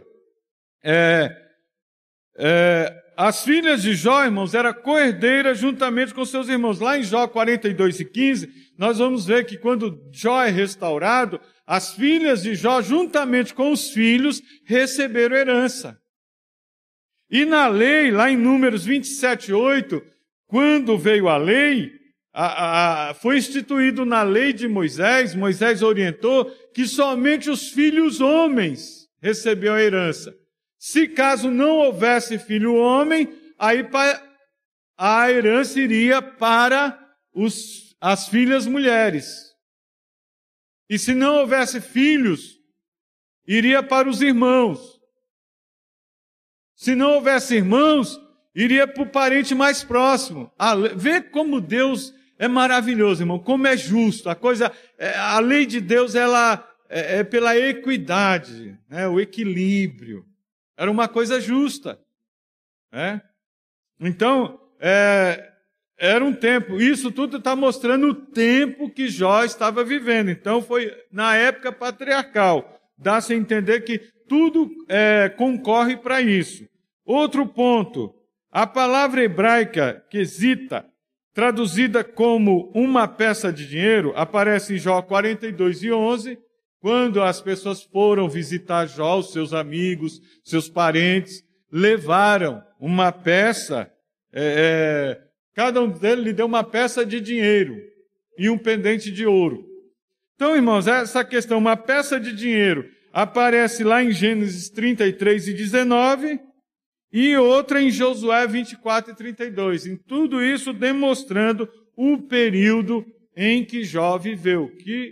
as filhas de Jó, irmãos, eram coerdeiras juntamente com seus irmãos. Lá em Jó 42:15, nós vamos ver que quando Jó é restaurado, as filhas de Jó, juntamente com os filhos, receberam herança. E na lei, lá em Números 27:8, quando veio a lei, foi instituído na lei de Moisés, Moisés orientou que somente os filhos homens recebiam a herança. Se caso não houvesse filho homem, aí a herança iria para as filhas mulheres. E se não houvesse filhos, iria para os irmãos. Se não houvesse irmãos, iria para o parente mais próximo. Vê como Deus é maravilhoso, irmão, como é justo. A lei de Deus, ela é pela equidade, né, o equilíbrio. Era uma coisa justa. Né? Então, era um tempo. Isso tudo está mostrando o tempo que Jó estava vivendo. Então, foi na época patriarcal. Dá-se a entender que tudo concorre para isso. Outro ponto. A palavra hebraica, quesita, traduzida como uma peça de dinheiro, aparece em Jó 42:11, quando as pessoas foram visitar Jó, os seus amigos, seus parentes, levaram uma peça, cada um deles lhe deu uma peça de dinheiro e um pendente de ouro. Então, irmãos, essa questão, uma peça de dinheiro, aparece lá em Gênesis 33:19 e outra em Josué 24:32. Em tudo isso demonstrando o período em que Jó viveu, que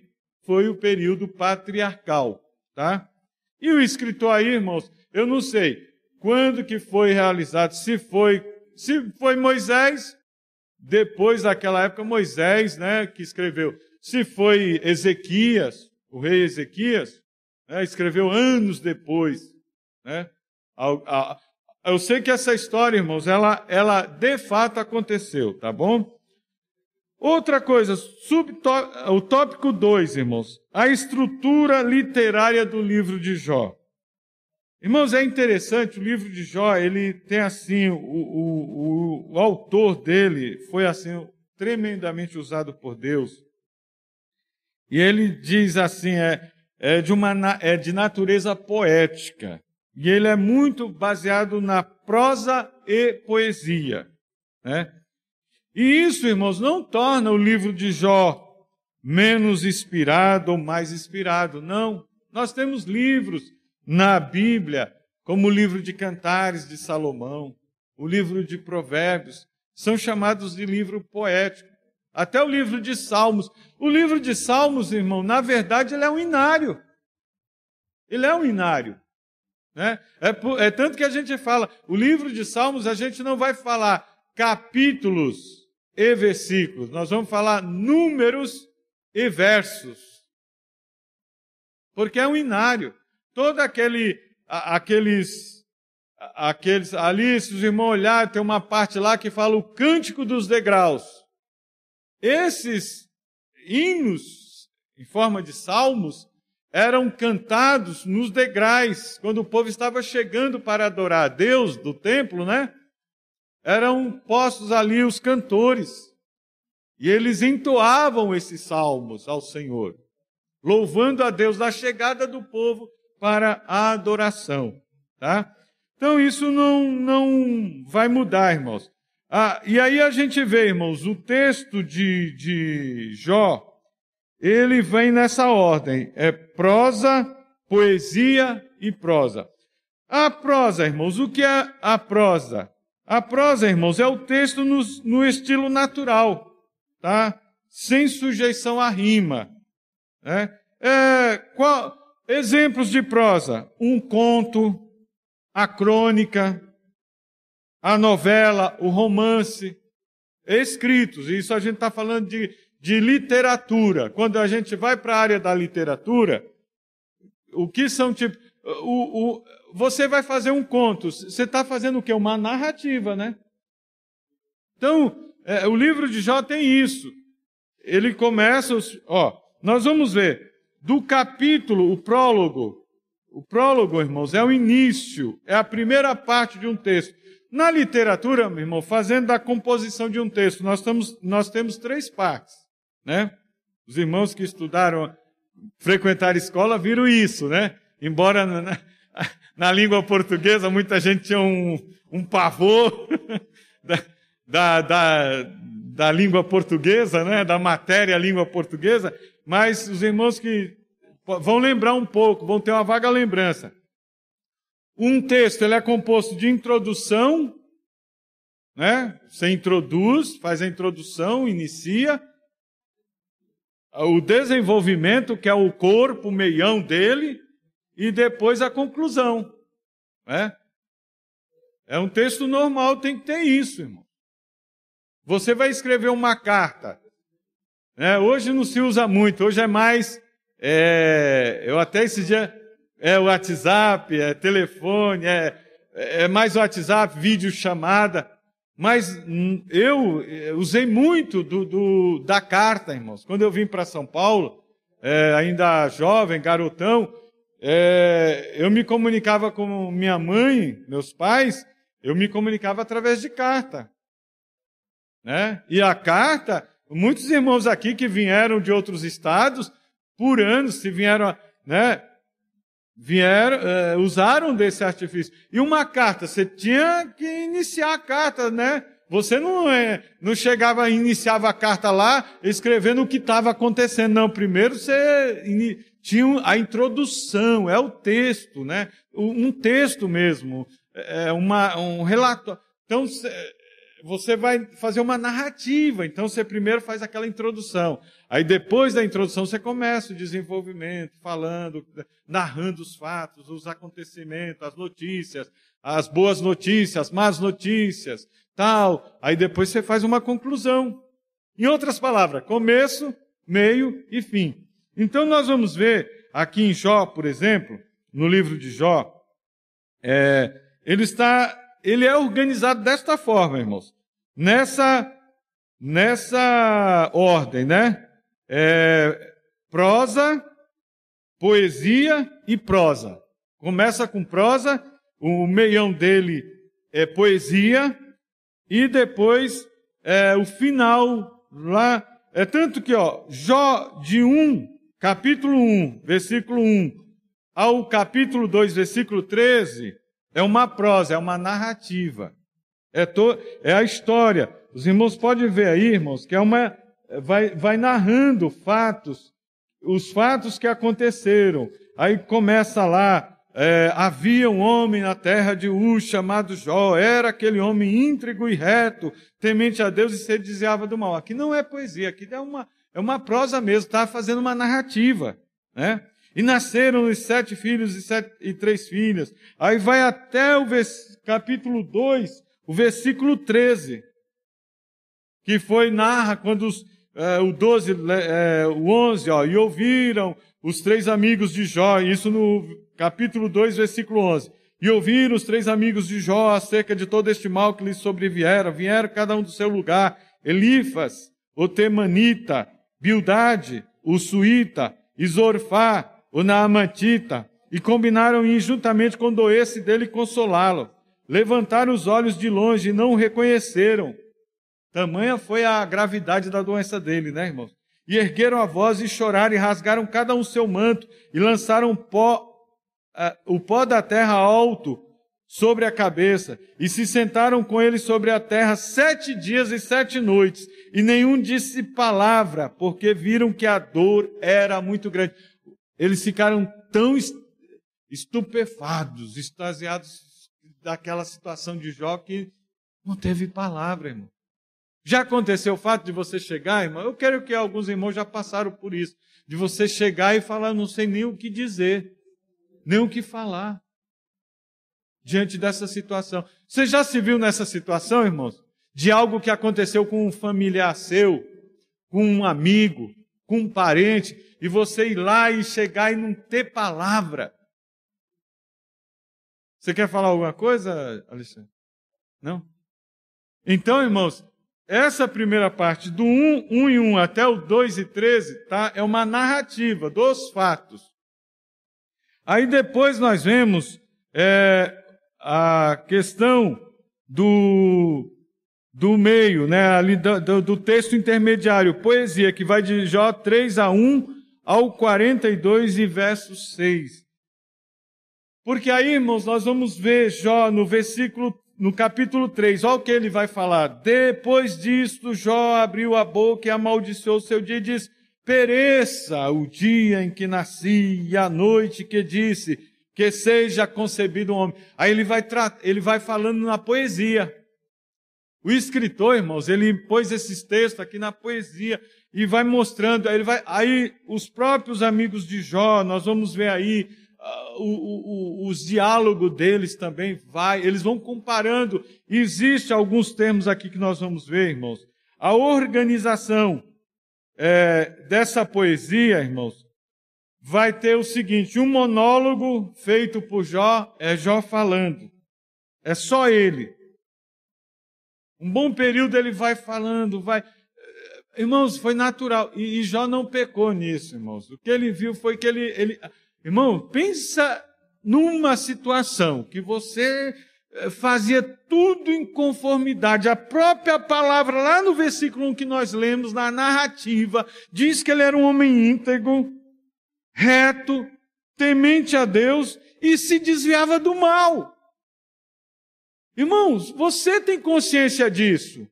foi o período patriarcal, tá? E o escritor aí, irmãos, eu não sei quando que foi realizado, se foi Moisés, depois daquela época Moisés, né, que escreveu. Se foi Ezequias, o rei Ezequias, né, escreveu anos depois, né? Eu sei que essa história, irmãos, ela de fato aconteceu, tá bom? Outra coisa, o tópico 2, irmãos, a estrutura literária do livro de Jó. Irmãos, é interessante, o livro de Jó, ele tem assim, o autor dele foi assim, tremendamente usado por Deus. E ele diz assim, é de natureza poética. E ele é muito baseado na prosa e poesia, né? E isso, irmãos, não torna o livro de Jó menos inspirado ou mais inspirado, não. Nós temos livros na Bíblia, como o livro de Cantares de Salomão, o livro de Provérbios, são chamados de livro poético. Até o livro de Salmos. O livro de Salmos, irmão, na verdade, ele é um inário. Ele é um inário. Né? É tanto que a gente fala, o livro de Salmos, a gente não vai falar capítulos e versículos, nós vamos falar números e versos. Porque é um inário. Todo aqueles, ali, se os irmãos olharem, tem uma parte lá que fala o cântico dos degraus. Esses hinos, em forma de salmos, eram cantados nos degraus, quando o povo estava chegando para adorar a Deus do templo, né? Eram postos ali os cantores. E eles entoavam esses salmos ao Senhor, louvando a Deus na chegada do povo para a adoração, tá? Então isso não vai mudar, irmãos. E aí a gente vê, irmãos, o texto de Jó, ele vem nessa ordem, é prosa, poesia e prosa. A prosa, irmãos, o que é a prosa? A prosa, irmãos, é o texto no estilo natural, tá? Sem sujeição à rima, né? Exemplos de prosa: um conto, a crônica, a novela, o romance, escritos. Isso a gente está falando de literatura. Quando a gente vai para a área da literatura, o que são tipo... você vai fazer um conto, você está fazendo o quê? Uma narrativa, né? Então, o livro de Jó tem isso. Ele começa... nós vamos ver, do capítulo, o prólogo. O prólogo, irmãos, é o início, é a primeira parte de um texto. Na literatura, meu irmão, fazendo a composição de um texto, nós temos 3 partes, né? Os irmãos que frequentaram escola viram isso, né? Embora na língua portuguesa muita gente tinha um pavor da língua portuguesa, né? Da matéria língua portuguesa, mas os irmãos que vão lembrar um pouco, vão ter uma vaga lembrança. Um texto, ele é composto de introdução, né? Você introduz, faz a introdução, inicia. O desenvolvimento, que é o corpo, o meião dele, e depois a conclusão, né? É um texto normal, tem que ter isso, irmão. Você vai escrever uma carta, né? Hoje não se usa muito, hoje é mais... eu até esse dia... o WhatsApp, telefone, é mais WhatsApp, videochamada. Mas eu usei muito da carta, irmãos. Quando eu vim para São Paulo, ainda jovem, garotão, eu me comunicava com minha mãe, meus pais, eu me comunicava através de carta, né? E a carta, muitos irmãos aqui que vieram de outros estados, por anos, se vieram, né? Usaram desse artifício. E uma carta, você tinha que iniciar a carta, né? Você não chegava e iniciava a carta lá, escrevendo o que estava acontecendo. Não, primeiro você tinha a introdução, é o texto, né? Um texto mesmo, um relatório. Então, você vai fazer uma narrativa. Então, você primeiro faz aquela introdução. Aí, depois da introdução, você começa o desenvolvimento, falando, narrando os fatos, os acontecimentos, as notícias, as boas notícias, as más notícias, tal. Aí, depois, você faz uma conclusão. Em outras palavras, começo, meio e fim. Então, nós vamos ver aqui em Jó, por exemplo, no livro de Jó, ele é organizado desta forma, irmãos. Nessa ordem, né? Prosa, poesia e prosa. Começa com prosa, o meião dele é poesia, e depois o final lá. É tanto que, Jó capítulo 1, versículo 1, ao capítulo 2, versículo 13, é uma prosa, é uma narrativa. É a história. Os irmãos podem ver aí, irmãos, que vai narrando os fatos que aconteceram. Aí começa lá, havia um homem na terra de Uz chamado Jó, era aquele homem íntegro e reto, temente a Deus e se desviava do mal. Aqui não é poesia, aqui é uma prosa mesmo, está fazendo uma narrativa, né? E nasceram-lhe 7 filhos e 3 filhas. Aí vai até o capítulo 2, o versículo 13, que narra quando o 11, e ouviram os 3 amigos de Jó, isso no capítulo 2, versículo 11. E ouviram os 3 amigos de Jó acerca de todo este mal que lhes sobreviera. Vieram cada um do seu lugar. Elifas, o Temanita, Bildade, o Suíta, e Zorfá, o Naamantita, e combinaram ir juntamente com doesse dele consolá-lo. Levantaram os olhos de longe e não o reconheceram. Tamanha foi a gravidade da doença dele, né, irmãos? E ergueram a voz e choraram e rasgaram cada um seu manto e lançaram o pó da terra alto sobre a cabeça e se sentaram com ele sobre a terra 7 dias e 7 noites e nenhum disse palavra porque viram que a dor era muito grande. Eles ficaram tão estupefados, extasiados daquela situação de Jó que não teve palavra, irmão. Já aconteceu o fato de você chegar, irmão? Eu quero que alguns irmãos já passaram por isso. De você chegar e falar, não sei nem o que dizer, nem o que falar. Diante dessa situação. Você já se viu nessa situação, irmãos? De algo que aconteceu com um familiar seu, com um amigo, com um parente, e você ir lá e chegar e não ter palavra. Você quer falar alguma coisa, Alexandre? Não? Então, irmãos, essa primeira parte, do 1 e 1 até o 2 e 13, tá? É uma narrativa dos fatos. Aí depois nós vemos a questão do meio, né? Ali do texto intermediário, poesia, que vai de Jó 3:1 ao 42 e verso 6. Porque aí, irmãos, nós vamos ver Jó no capítulo 3, olha o que ele vai falar. Depois disto, Jó abriu a boca e amaldiçoou o seu dia e disse, pereça o dia em que nasci e a noite que disse que seja concebido um homem. Aí ele vai falando na poesia. O escritor, irmãos, ele pôs esses textos aqui na poesia e vai mostrando. Aí os próprios amigos de Jó, nós vamos ver aí os diálogos deles também eles vão comparando. Existe alguns termos aqui que nós vamos ver, irmãos. A organização dessa poesia, irmãos, vai ter o seguinte, um monólogo feito por Jó, é Jó falando. É só ele. Um bom período ele vai falando, Irmãos, foi natural. E Jó não pecou nisso, irmãos. O que ele viu foi que ele... Irmão, pensa numa situação que você fazia tudo em conformidade. A própria palavra, lá no versículo 1 que nós lemos, na narrativa, diz que ele era um homem íntegro, reto, temente a Deus e se desviava do mal. Irmãos, você tem consciência disso?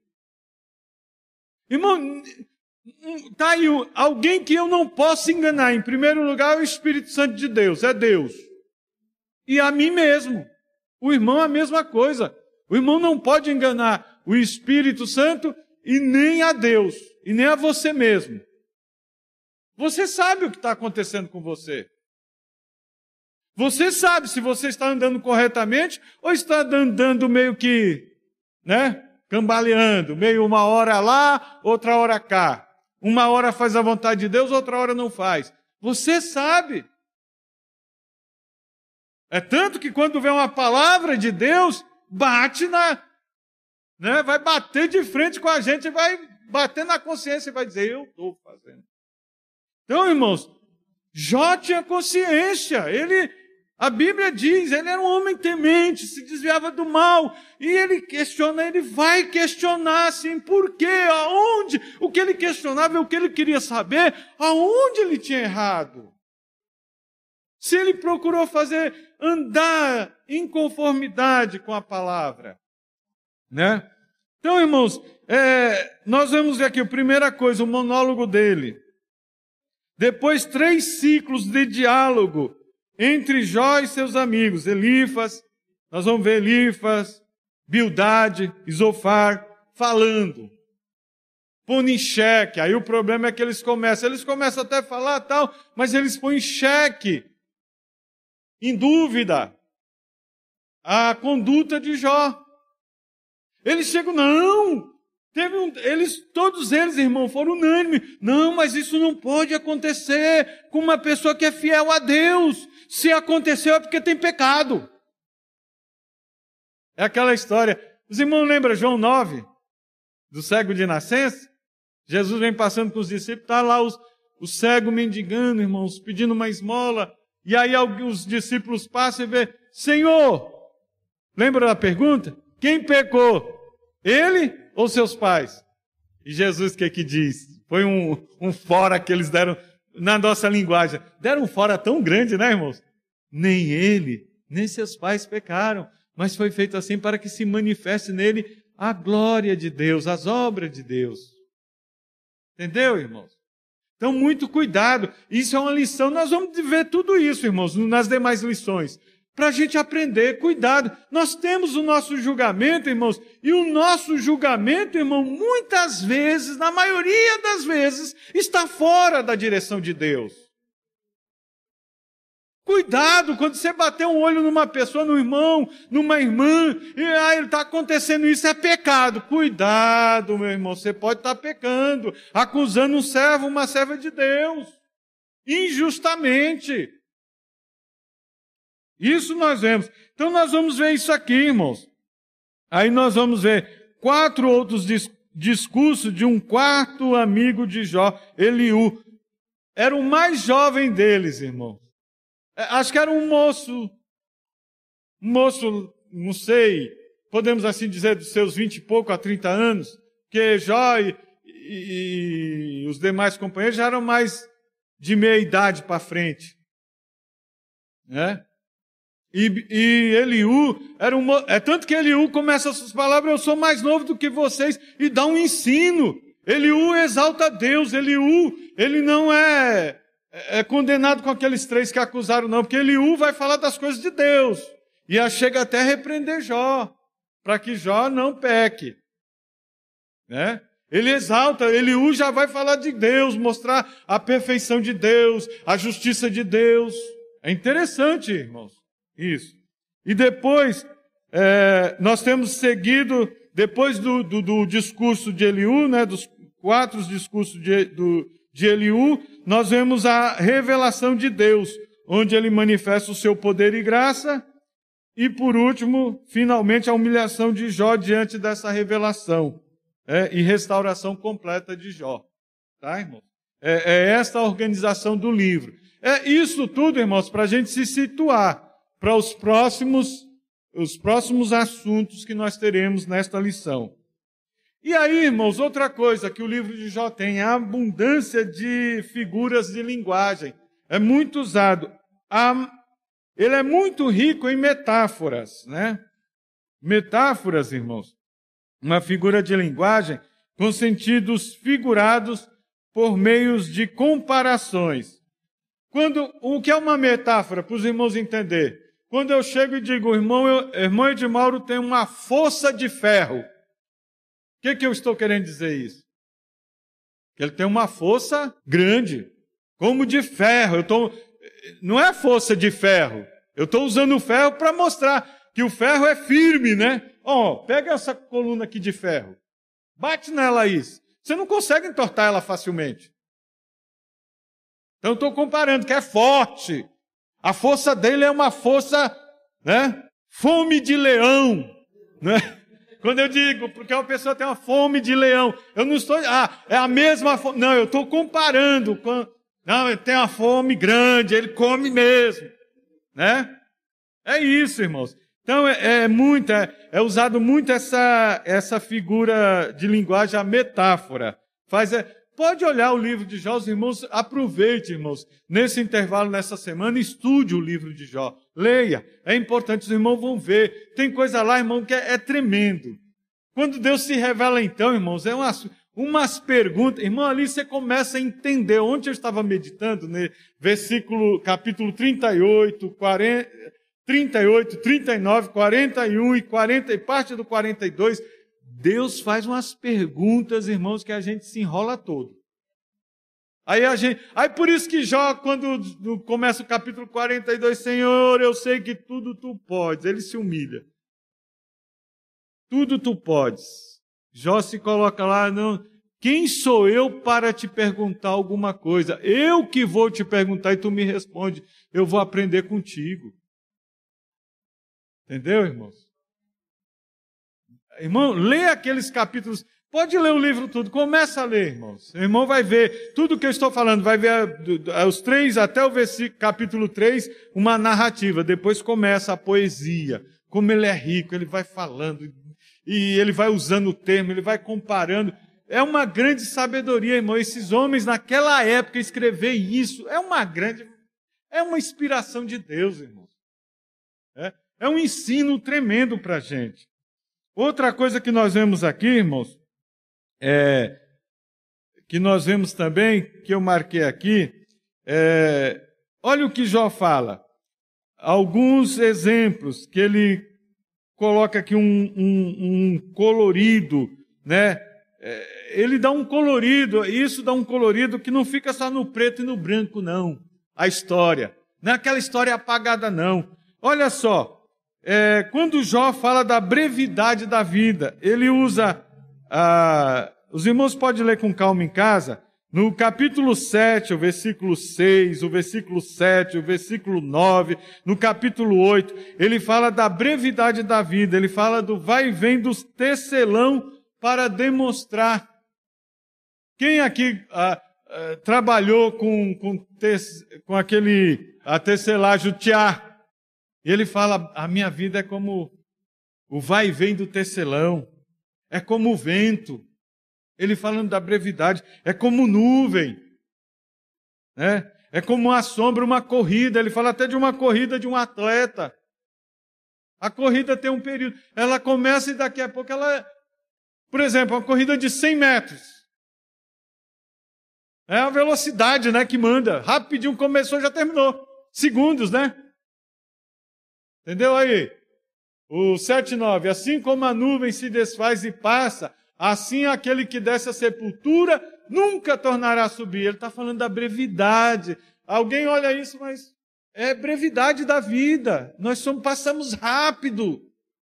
Irmão, está aí alguém que eu não posso enganar. Em primeiro lugar, é o Espírito Santo de Deus, é Deus. E a mim mesmo. O irmão é a mesma coisa. O irmão não pode enganar o Espírito Santo e nem a Deus, e nem a você mesmo. Você sabe o que está acontecendo com você. Você sabe se você está andando corretamente ou está andando meio que, cambaleando, meio uma hora lá, outra hora cá. Uma hora faz a vontade de Deus, outra hora não faz. Você sabe. É tanto que quando vem uma palavra de Deus, bate vai bater de frente com a gente, vai bater na consciência e vai dizer, eu estou fazendo. Então, irmãos, Jó tinha consciência. A Bíblia diz, ele era um homem temente, se desviava do mal. E ele vai questionar assim, por quê, aonde? O que ele questionava é o que ele queria saber, aonde ele tinha errado. Se ele procurou andar em conformidade com a palavra. Então, irmãos, nós vamos ver aqui a primeira coisa, o monólogo dele. Depois, 3 ciclos de diálogo entre Jó e seus amigos. Elifas, nós vamos ver Elifas, Bildade, Zofar, falando. Pondo em xeque. Aí o problema é que eles começam até a falar tal, mas eles põem em xeque, em dúvida, a conduta de Jó. Eles chegam, não! Todos eles, irmão, foram unânimes. Não, mas isso não pode acontecer com uma pessoa que é fiel a Deus. Se aconteceu é porque tem pecado. É aquela história. Os irmãos lembram João 9? Do cego de nascença? Jesus vem passando com os discípulos, está lá o cego mendigando, irmãos, pedindo uma esmola. E aí os discípulos passam e vê, Senhor, lembra da pergunta? Quem pecou? Ele ou seus pais? E Jesus, o que diz? Foi um fora que eles deram na nossa linguagem. Deram um fora tão grande, né, irmãos? Nem ele, nem seus pais pecaram, mas foi feito assim para que se manifeste nele a glória de Deus, as obras de Deus. Entendeu, irmãos? Então, muito cuidado. Isso é uma lição. Nós vamos ver tudo isso, irmãos, nas demais lições. Para a gente aprender, cuidado. Nós temos o nosso julgamento, irmãos, e o nosso julgamento, irmão, muitas vezes, na maioria das vezes, está fora da direção de Deus. Cuidado quando você bater um olho numa pessoa, num irmão, numa irmã, e ele está acontecendo isso, é pecado. Cuidado, meu irmão, você pode estar pecando, acusando um servo, uma serva de Deus, injustamente. Isso nós vemos. Então nós vamos ver isso aqui, irmãos. Aí nós vamos ver 4 outros discursos de um quarto amigo de Jó, Eliú. Era o mais jovem deles, irmãos. Acho que era um moço, não sei, podemos assim dizer, dos seus 20 e pouco a 30 anos, que Jó e os demais companheiros já eram mais de meia idade para frente. E Eliú era tanto que Eliú começa as suas palavras, eu sou mais novo do que vocês, e dá um ensino. Eliú exalta a Deus, Eliú, ele não é condenado com aqueles 3 que acusaram, não, porque Eliú vai falar das coisas de Deus, e chega até a repreender Jó, para que Jó não peque. Ele exalta, Eliú já vai falar de Deus, mostrar a perfeição de Deus, a justiça de Deus. É interessante, irmãos. Isso. E depois, nós temos seguido, depois do discurso de Eliú, dos 4 discursos de Eliú, nós vemos a revelação de Deus, onde ele manifesta o seu poder e graça, e por último, finalmente, a humilhação de Jó diante dessa revelação, e restauração completa de Jó. Tá, irmãos? É esta a organização do livro. É isso tudo, irmãos, para a gente se situar para os próximos assuntos que nós teremos nesta lição. E aí, irmãos, outra coisa que o livro de Jó tem é a abundância de figuras de linguagem. É muito usado. Ele é muito rico em metáforas, Metáforas, irmãos. Uma figura de linguagem com sentidos figurados por meios de comparações. O que é uma metáfora, para os irmãos entenderem? Quando eu chego e digo, irmão Edmauro tem uma fossa de ferro. que eu estou querendo dizer isso? Que ele tem uma força grande, como de ferro. Não é força de ferro. Eu estou usando o ferro para mostrar que o ferro é firme, né? Pega essa coluna aqui de ferro. Bate nela aí. Você não consegue entortar ela facilmente. Então eu estou comparando que é forte. A força dele é uma força, né? Fome de leão, né? Quando eu digo, porque uma pessoa tem uma fome de leão, eu não estou, é a mesma fome. Não, eu estou comparando. Não, ele tem uma fome grande, ele come mesmo, né? É isso, irmãos. Então é usado muito essa figura de linguagem, a metáfora. Pode olhar o livro de Jó, os irmãos, aproveite, irmãos, nesse intervalo, nessa semana, estude o livro de Jó, leia, é importante, os irmãos vão ver, tem coisa lá, irmão, que é tremendo. Quando Deus se revela então, irmãos, é umas perguntas, irmão, ali você começa a entender. Ontem eu estava meditando, né, capítulo 38, 39, 41 e 40 e parte do 42, Deus faz umas perguntas, irmãos, que a gente se enrola todo. Aí por isso que Jó, quando começa o capítulo 42, Senhor, eu sei que tudo tu podes, ele se humilha. Tudo tu podes. Jó se coloca lá, não, quem sou eu para te perguntar alguma coisa? Eu que vou te perguntar e tu me responde, eu vou aprender contigo. Entendeu, irmãos? Irmão, lê aqueles capítulos, pode ler o livro tudo, começa a ler, irmãos. O irmão vai ver tudo que eu estou falando, vai ver os 3 até o capítulo 3, uma narrativa, depois começa a poesia, como ele é rico, ele vai falando, e ele vai usando o termo, ele vai comparando. É uma grande sabedoria, irmão. Esses homens naquela época escrever isso é uma inspiração de Deus, irmãos. É um ensino tremendo para a gente. Outra coisa que nós vemos aqui, irmãos, que nós vemos também, que eu marquei aqui, olha o que Jó fala. Alguns exemplos que ele coloca aqui um colorido, né? Ele dá um colorido, isso dá um colorido que não fica só no preto e no branco, não. A história. Não é aquela história apagada, não. Olha só. Quando Jó fala da brevidade da vida, ele usa, os irmãos podem ler com calma em casa, no capítulo 7, o versículo 6, o versículo 7, o versículo 9, no capítulo 8, ele fala da brevidade da vida, ele fala do vai e vem dos tecelão para demonstrar. Quem aqui trabalhou com aquele tecelagem, o tiar? E ele fala, a minha vida é como o vai e vem do tecelão, é como o vento. Ele falando da brevidade, é como nuvem, né? É como uma sombra, uma corrida. Ele fala até de uma corrida de um atleta. A corrida tem um período, ela começa e daqui a pouco por exemplo, uma corrida de 100 metros. É a velocidade, né, que manda. Rapidinho começou, já terminou. Segundos, né? Entendeu aí? O 7:9. Assim como a nuvem se desfaz e passa, assim aquele que desce à sepultura nunca tornará a subir. Ele está falando da brevidade. Alguém olha isso, mas é brevidade da vida. Nós passamos rápido.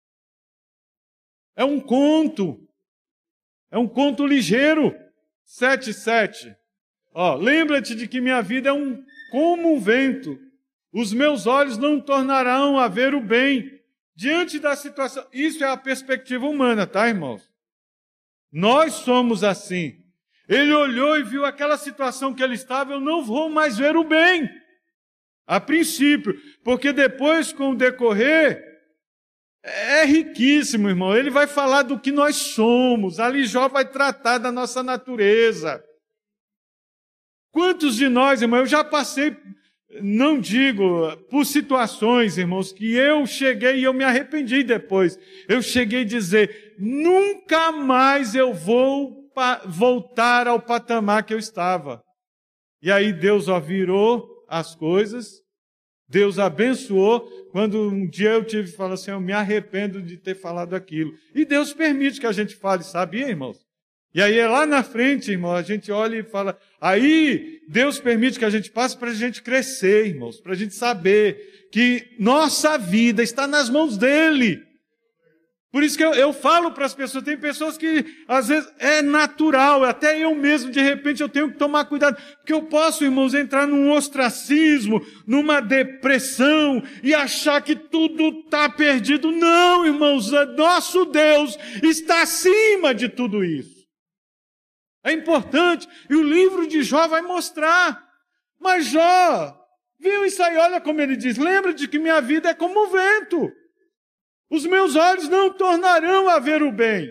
É um conto. É um conto ligeiro. 7:7. Lembra-te de que minha vida é como um vento. Os meus olhos não tornarão a ver o bem. Diante da situação, isso é a perspectiva humana, tá, irmãos? Nós somos assim. Ele olhou e viu aquela situação que ele estava, eu não vou mais ver o bem. A princípio, porque depois, com o decorrer, é riquíssimo, irmão. Ele vai falar do que nós somos. Ali Jó vai tratar da nossa natureza. Quantos de nós, irmão, eu já passei, não digo por situações, irmãos, que eu cheguei e eu me arrependi depois. Eu cheguei a dizer, nunca mais eu vou voltar ao patamar que eu estava. E aí Deus virou as coisas, Deus abençoou. quando um dia eu tive que falar assim, eu me arrependo de ter falado aquilo. E Deus permite que a gente fale, sabia, irmãos? E aí é lá na frente, irmão, a gente olha e fala, aí Deus permite que a gente passe para a gente crescer, irmãos, para a gente saber que nossa vida está nas mãos dele. Por isso que eu falo para as pessoas, tem pessoas que às vezes é natural, até eu mesmo, de repente eu tenho que tomar cuidado, porque eu posso, irmãos, entrar num ostracismo, numa depressão e achar que tudo está perdido. Não, irmãos, nosso Deus está acima de tudo isso. É importante, e o livro de Jó vai mostrar. Mas Jó viu isso aí, olha como ele diz, lembra de que minha vida é como o vento. Os meus olhos não tornarão a ver o bem.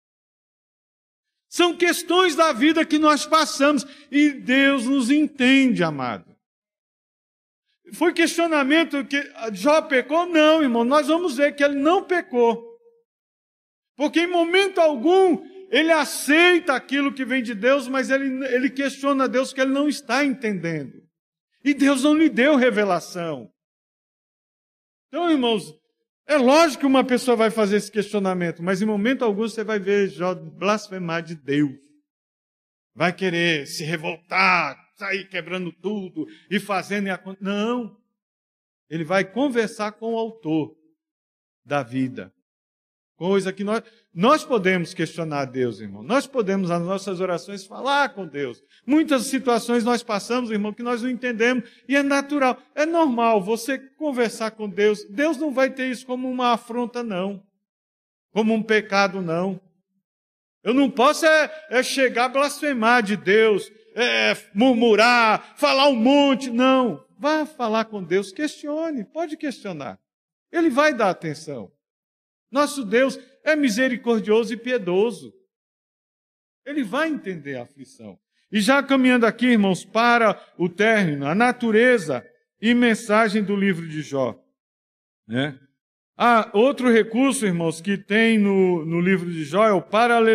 São questões da vida que nós passamos, e Deus nos entende, amado. Foi questionamento que Jó pecou? Não, irmão, nós vamos ver que ele não pecou. Porque em momento algum ele aceita aquilo que vem de Deus, mas ele questiona Deus que ele não está entendendo. E Deus não lhe deu revelação. Então, irmãos, é lógico que uma pessoa vai fazer esse questionamento, mas em momento algum você vai ver Jó blasfemar de Deus. Vai querer se revoltar, sair quebrando tudo e fazendo... Não. Ele vai conversar com o autor da vida. Coisa que nós podemos questionar a Deus, irmão. Nós podemos, nas nossas orações, falar com Deus. Muitas situações nós passamos, irmão, que nós não entendemos. E é natural, é normal você conversar com Deus. Deus não vai ter isso como uma afronta, não. Como um pecado, não. Eu não posso chegar a blasfemar de Deus, murmurar, falar um monte. Não. Vá falar com Deus, questione, pode questionar. Ele vai dar atenção. Nosso Deus é misericordioso e piedoso. Ele vai entender a aflição. E já caminhando aqui, irmãos, para o término, a natureza e mensagem do livro de Jó. Né? Outro recurso, irmãos, que tem no livro de Jó é o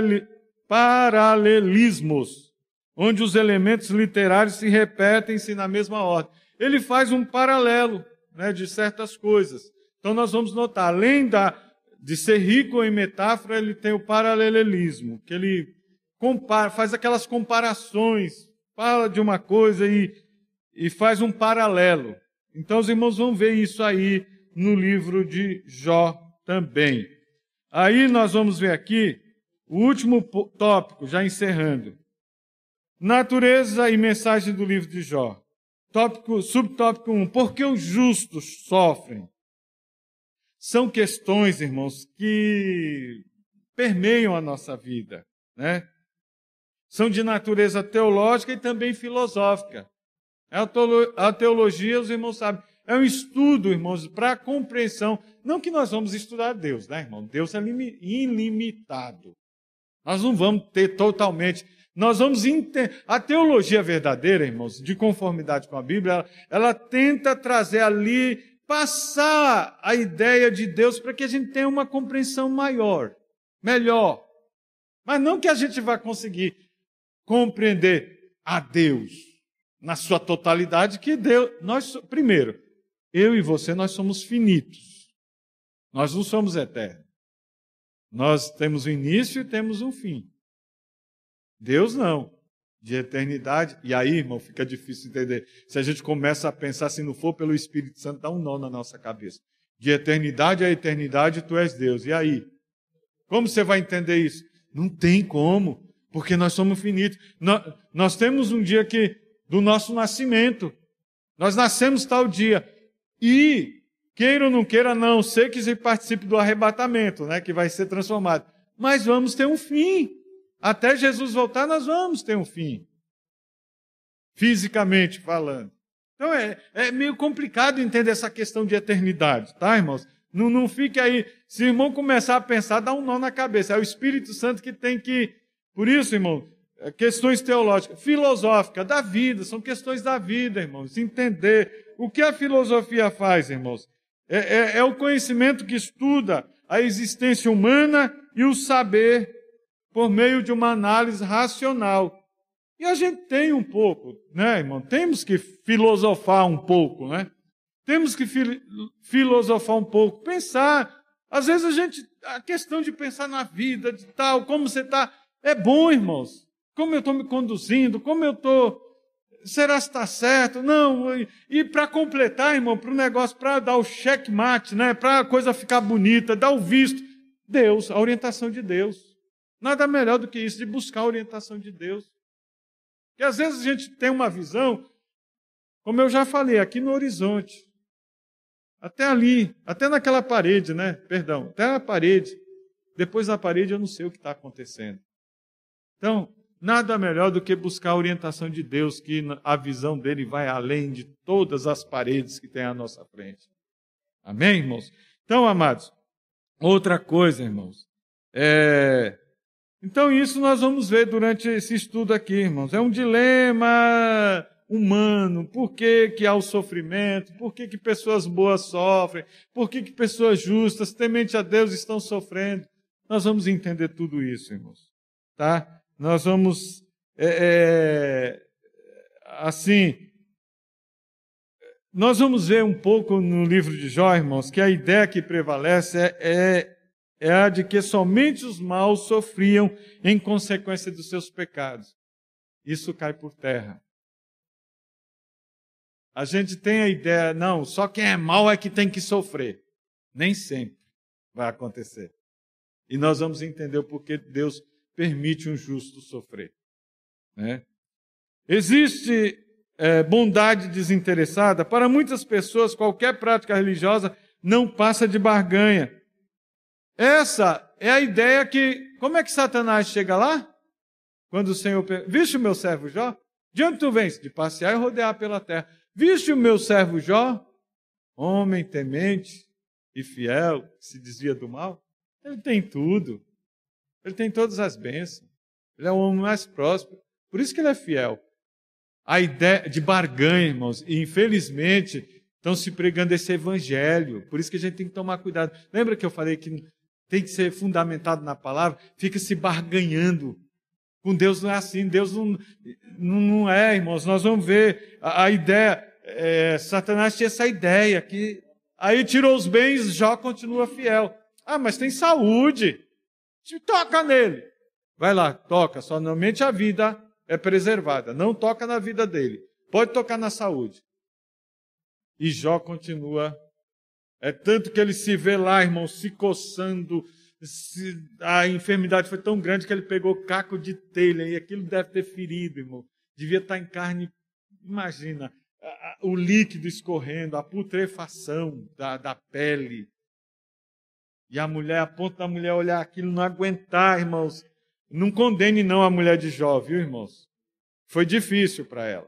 paralelismos, onde os elementos literários se repetem-se na mesma ordem. Ele faz um paralelo, né, de certas coisas. Então nós vamos notar, além de ser rico em metáfora, ele tem o paralelismo, que ele faz aquelas comparações, fala de uma coisa e faz um paralelo. Então os irmãos vão ver isso aí no livro de Jó também. Aí nós vamos ver aqui o último tópico, já encerrando. Natureza e mensagem do livro de Jó. Subtópico 1. Por que os justos sofrem? São questões, irmãos, que permeiam a nossa vida, né? São de natureza teológica e também filosófica. A teologia, os irmãos sabem, é um estudo, irmãos, para a compreensão. Não que nós vamos estudar Deus, né, irmão? Deus é ilimitado. Nós não vamos ter totalmente... Nós vamos entender... A teologia verdadeira, irmãos, de conformidade com a Bíblia, ela tenta trazer ali... passar a ideia de Deus para que a gente tenha uma compreensão maior, melhor. Mas não que a gente vá conseguir compreender a Deus na sua totalidade, que Deus... Primeiro, eu e você, nós somos finitos. Nós não somos eternos. Nós temos um início e temos um fim. Deus não. De eternidade, e aí, irmão, fica difícil entender. Se a gente começa a pensar, se não for pelo Espírito Santo, dá um nó na nossa cabeça. De eternidade a eternidade, tu és Deus. E aí? Como você vai entender isso? Não tem como, porque nós somos finitos. Nós temos um dia do nosso nascimento. Nós nascemos tal dia. E, queira ou não queira, não sei que se participe do arrebatamento, né, que vai ser transformado. Mas vamos ter um fim. Até Jesus voltar, nós vamos ter um fim. Fisicamente falando. Então é meio complicado entender essa questão de eternidade, tá, irmãos? Não fique aí. Se o irmão começar a pensar, dá um nó na cabeça. É o Espírito Santo que tem que... Por isso, irmão, questões teológicas, filosóficas, da vida, são questões da vida, irmãos. Entender. O que a filosofia faz, irmãos? É o conhecimento que estuda a existência humana e o saber por meio de uma análise racional. E a gente tem um pouco, né, irmão? Temos que filosofar um pouco, né? Temos que filosofar um pouco, pensar. Às vezes a questão de pensar na vida, de tal, como você está, é bom, irmãos. Como eu estou me conduzindo, como eu estou... Será que está certo? Não. E para completar, irmão, para o negócio, para dar o checkmate, né? Para a coisa ficar bonita, dar o visto. Deus, a orientação de Deus. Nada melhor do que isso, de buscar a orientação de Deus. Porque às vezes a gente tem uma visão, como eu já falei, aqui no horizonte. Até ali, até naquela parede, né? Perdão, até a parede. Depois da parede eu não sei o que está acontecendo. Então, nada melhor do que buscar a orientação de Deus, que a visão dele vai além de todas as paredes que tem à nossa frente. Amém, irmãos? Então, amados, outra coisa, irmãos. Então, isso nós vamos ver durante esse estudo aqui, irmãos. É um dilema humano. Por que há o sofrimento? Por que pessoas boas sofrem? Por que pessoas justas, temente a Deus, estão sofrendo? Nós vamos entender tudo isso, irmãos. Tá? Nós vamos, nós vamos ver um pouco no livro de Jó, irmãos, que a ideia que prevalece é a de que somente os maus sofriam em consequência dos seus pecados. Isso cai por terra. A gente tem a ideia, não, só quem é mau é que tem que sofrer. Nem sempre vai acontecer. E nós vamos entender o porquê Deus permite um justo sofrer. Né? Existe bondade desinteressada. Para muitas pessoas, qualquer prática religiosa não passa de barganha. Essa é a ideia que... Como é que Satanás chega lá? Quando o Senhor... Viste o meu servo Jó? De onde tu vens? De passear e rodear pela terra. Viste o meu servo Jó? Homem temente e fiel, que se desvia do mal. Ele tem tudo. Ele tem todas as bênçãos. Ele é o homem mais próspero. Por isso que ele é fiel. A ideia de barganha, irmãos, e infelizmente estão se pregando esse evangelho. Por isso que a gente tem que tomar cuidado. Lembra que eu falei que tem que ser fundamentado na palavra? Fica se barganhando. Com Deus não é assim. Deus não é, irmãos. Nós vamos ver a ideia. Satanás tinha essa ideia que aí tirou os bens, Jó continua fiel. Ah, mas tem saúde. Toca nele. Vai lá, toca. Somente a vida é preservada. Não toca na vida dele. Pode tocar na saúde. E Jó continua. É tanto que ele se vê lá, irmão, se coçando. A enfermidade foi tão grande que ele pegou caco de telha. E aquilo deve ter ferido, irmão. Devia estar em carne. Imagina. O líquido escorrendo. A putrefação da pele. E a mulher, a ponto da mulher olhar aquilo, não aguentar, irmãos. Não condene não a mulher de Jó, viu, irmãos? Foi difícil para ela.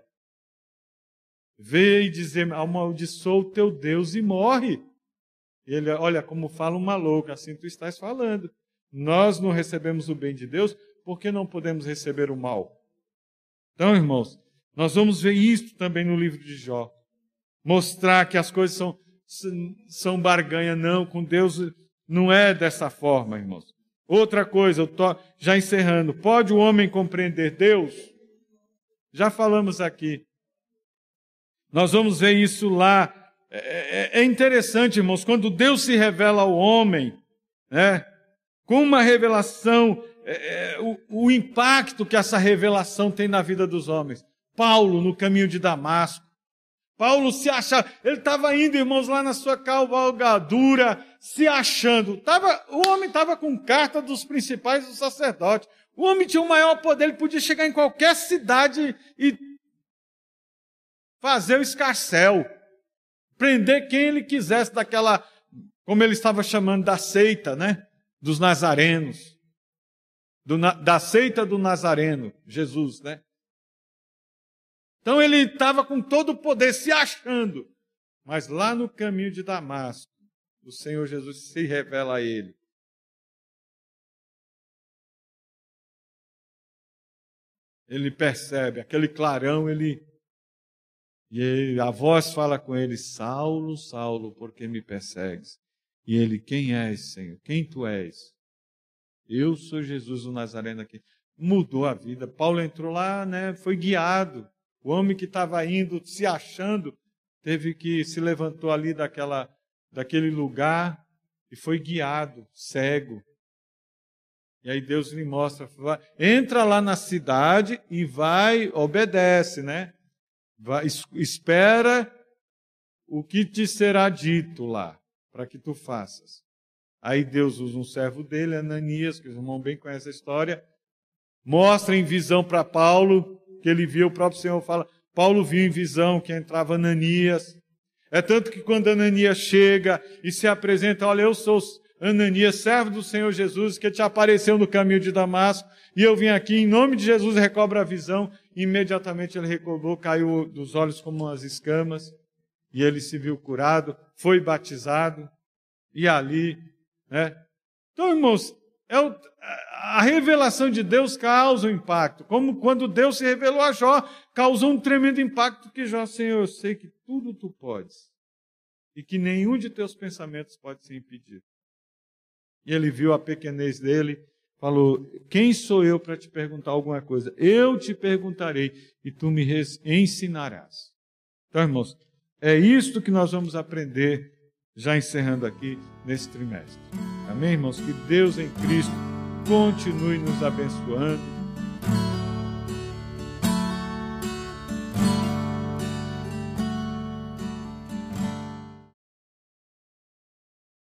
Veio dizer, amaldiçoa o teu Deus e morre. E ele, olha, como fala uma louca, assim tu estás falando. Nós não recebemos o bem de Deus, por que não podemos receber o mal? Então, irmãos, nós vamos ver isso também no livro de Jó. Mostrar que as coisas são barganha, não, com Deus... Não é dessa forma, irmãos. Outra coisa, já encerrando. Pode o homem compreender Deus? Já falamos aqui. Nós vamos ver isso lá. É interessante, irmãos, quando Deus se revela ao homem, né, com uma revelação, o impacto que essa revelação tem na vida dos homens. Paulo, no caminho de Damasco. Paulo se achava, ele estava indo, irmãos, lá na sua cavalgadura, se achando. O homem estava com carta dos principais dos sacerdotes. O homem tinha o maior poder, ele podia chegar em qualquer cidade e fazer o escarcéu. Prender quem ele quisesse daquela, como ele estava chamando, da seita, né? Dos nazarenos. Da seita do Nazareno, Jesus, né? Então ele estava com todo o poder, se achando. Mas lá no caminho de Damasco, o Senhor Jesus se revela a ele. Ele percebe aquele clarão, e a voz fala com ele, Saulo, Saulo, por que me persegues? E ele, quem és, Senhor? Quem tu és? Eu sou Jesus o Nazareno aqui. Mudou a vida. Paulo entrou lá, né? Foi guiado. O homem que estava indo, se achando, se levantou ali daquele lugar e foi guiado, cego. E aí Deus lhe mostra, entra lá na cidade e vai, obedece, né? Espera o que te será dito lá, para que tu faças. Aí Deus usa um servo dele, Ananias, que os irmãos bem conhecem a história, mostra em visão para Paulo, que ele viu, o próprio Senhor fala, Paulo viu em visão que entrava Ananias. É tanto que quando Ananias chega e se apresenta, olha, eu sou Ananias, servo do Senhor Jesus, que te apareceu no caminho de Damasco, e eu vim aqui, em nome de Jesus, recobra a visão. Imediatamente ele recobrou, caiu dos olhos como umas escamas, e ele se viu curado, foi batizado, e ali, né? Então, irmãos, a revelação de Deus causa um impacto, como quando Deus se revelou a Jó, causou um tremendo impacto que Jó, Senhor, eu sei que tudo tu podes, e que nenhum de teus pensamentos pode ser impedido. E ele viu a pequenez dele, falou, quem sou eu para te perguntar alguma coisa? Eu te perguntarei e tu me ensinarás. Então, irmãos, é isto que nós vamos aprender, já encerrando aqui nesse trimestre. Amém, irmãos? Que Deus em Cristo continue nos abençoando,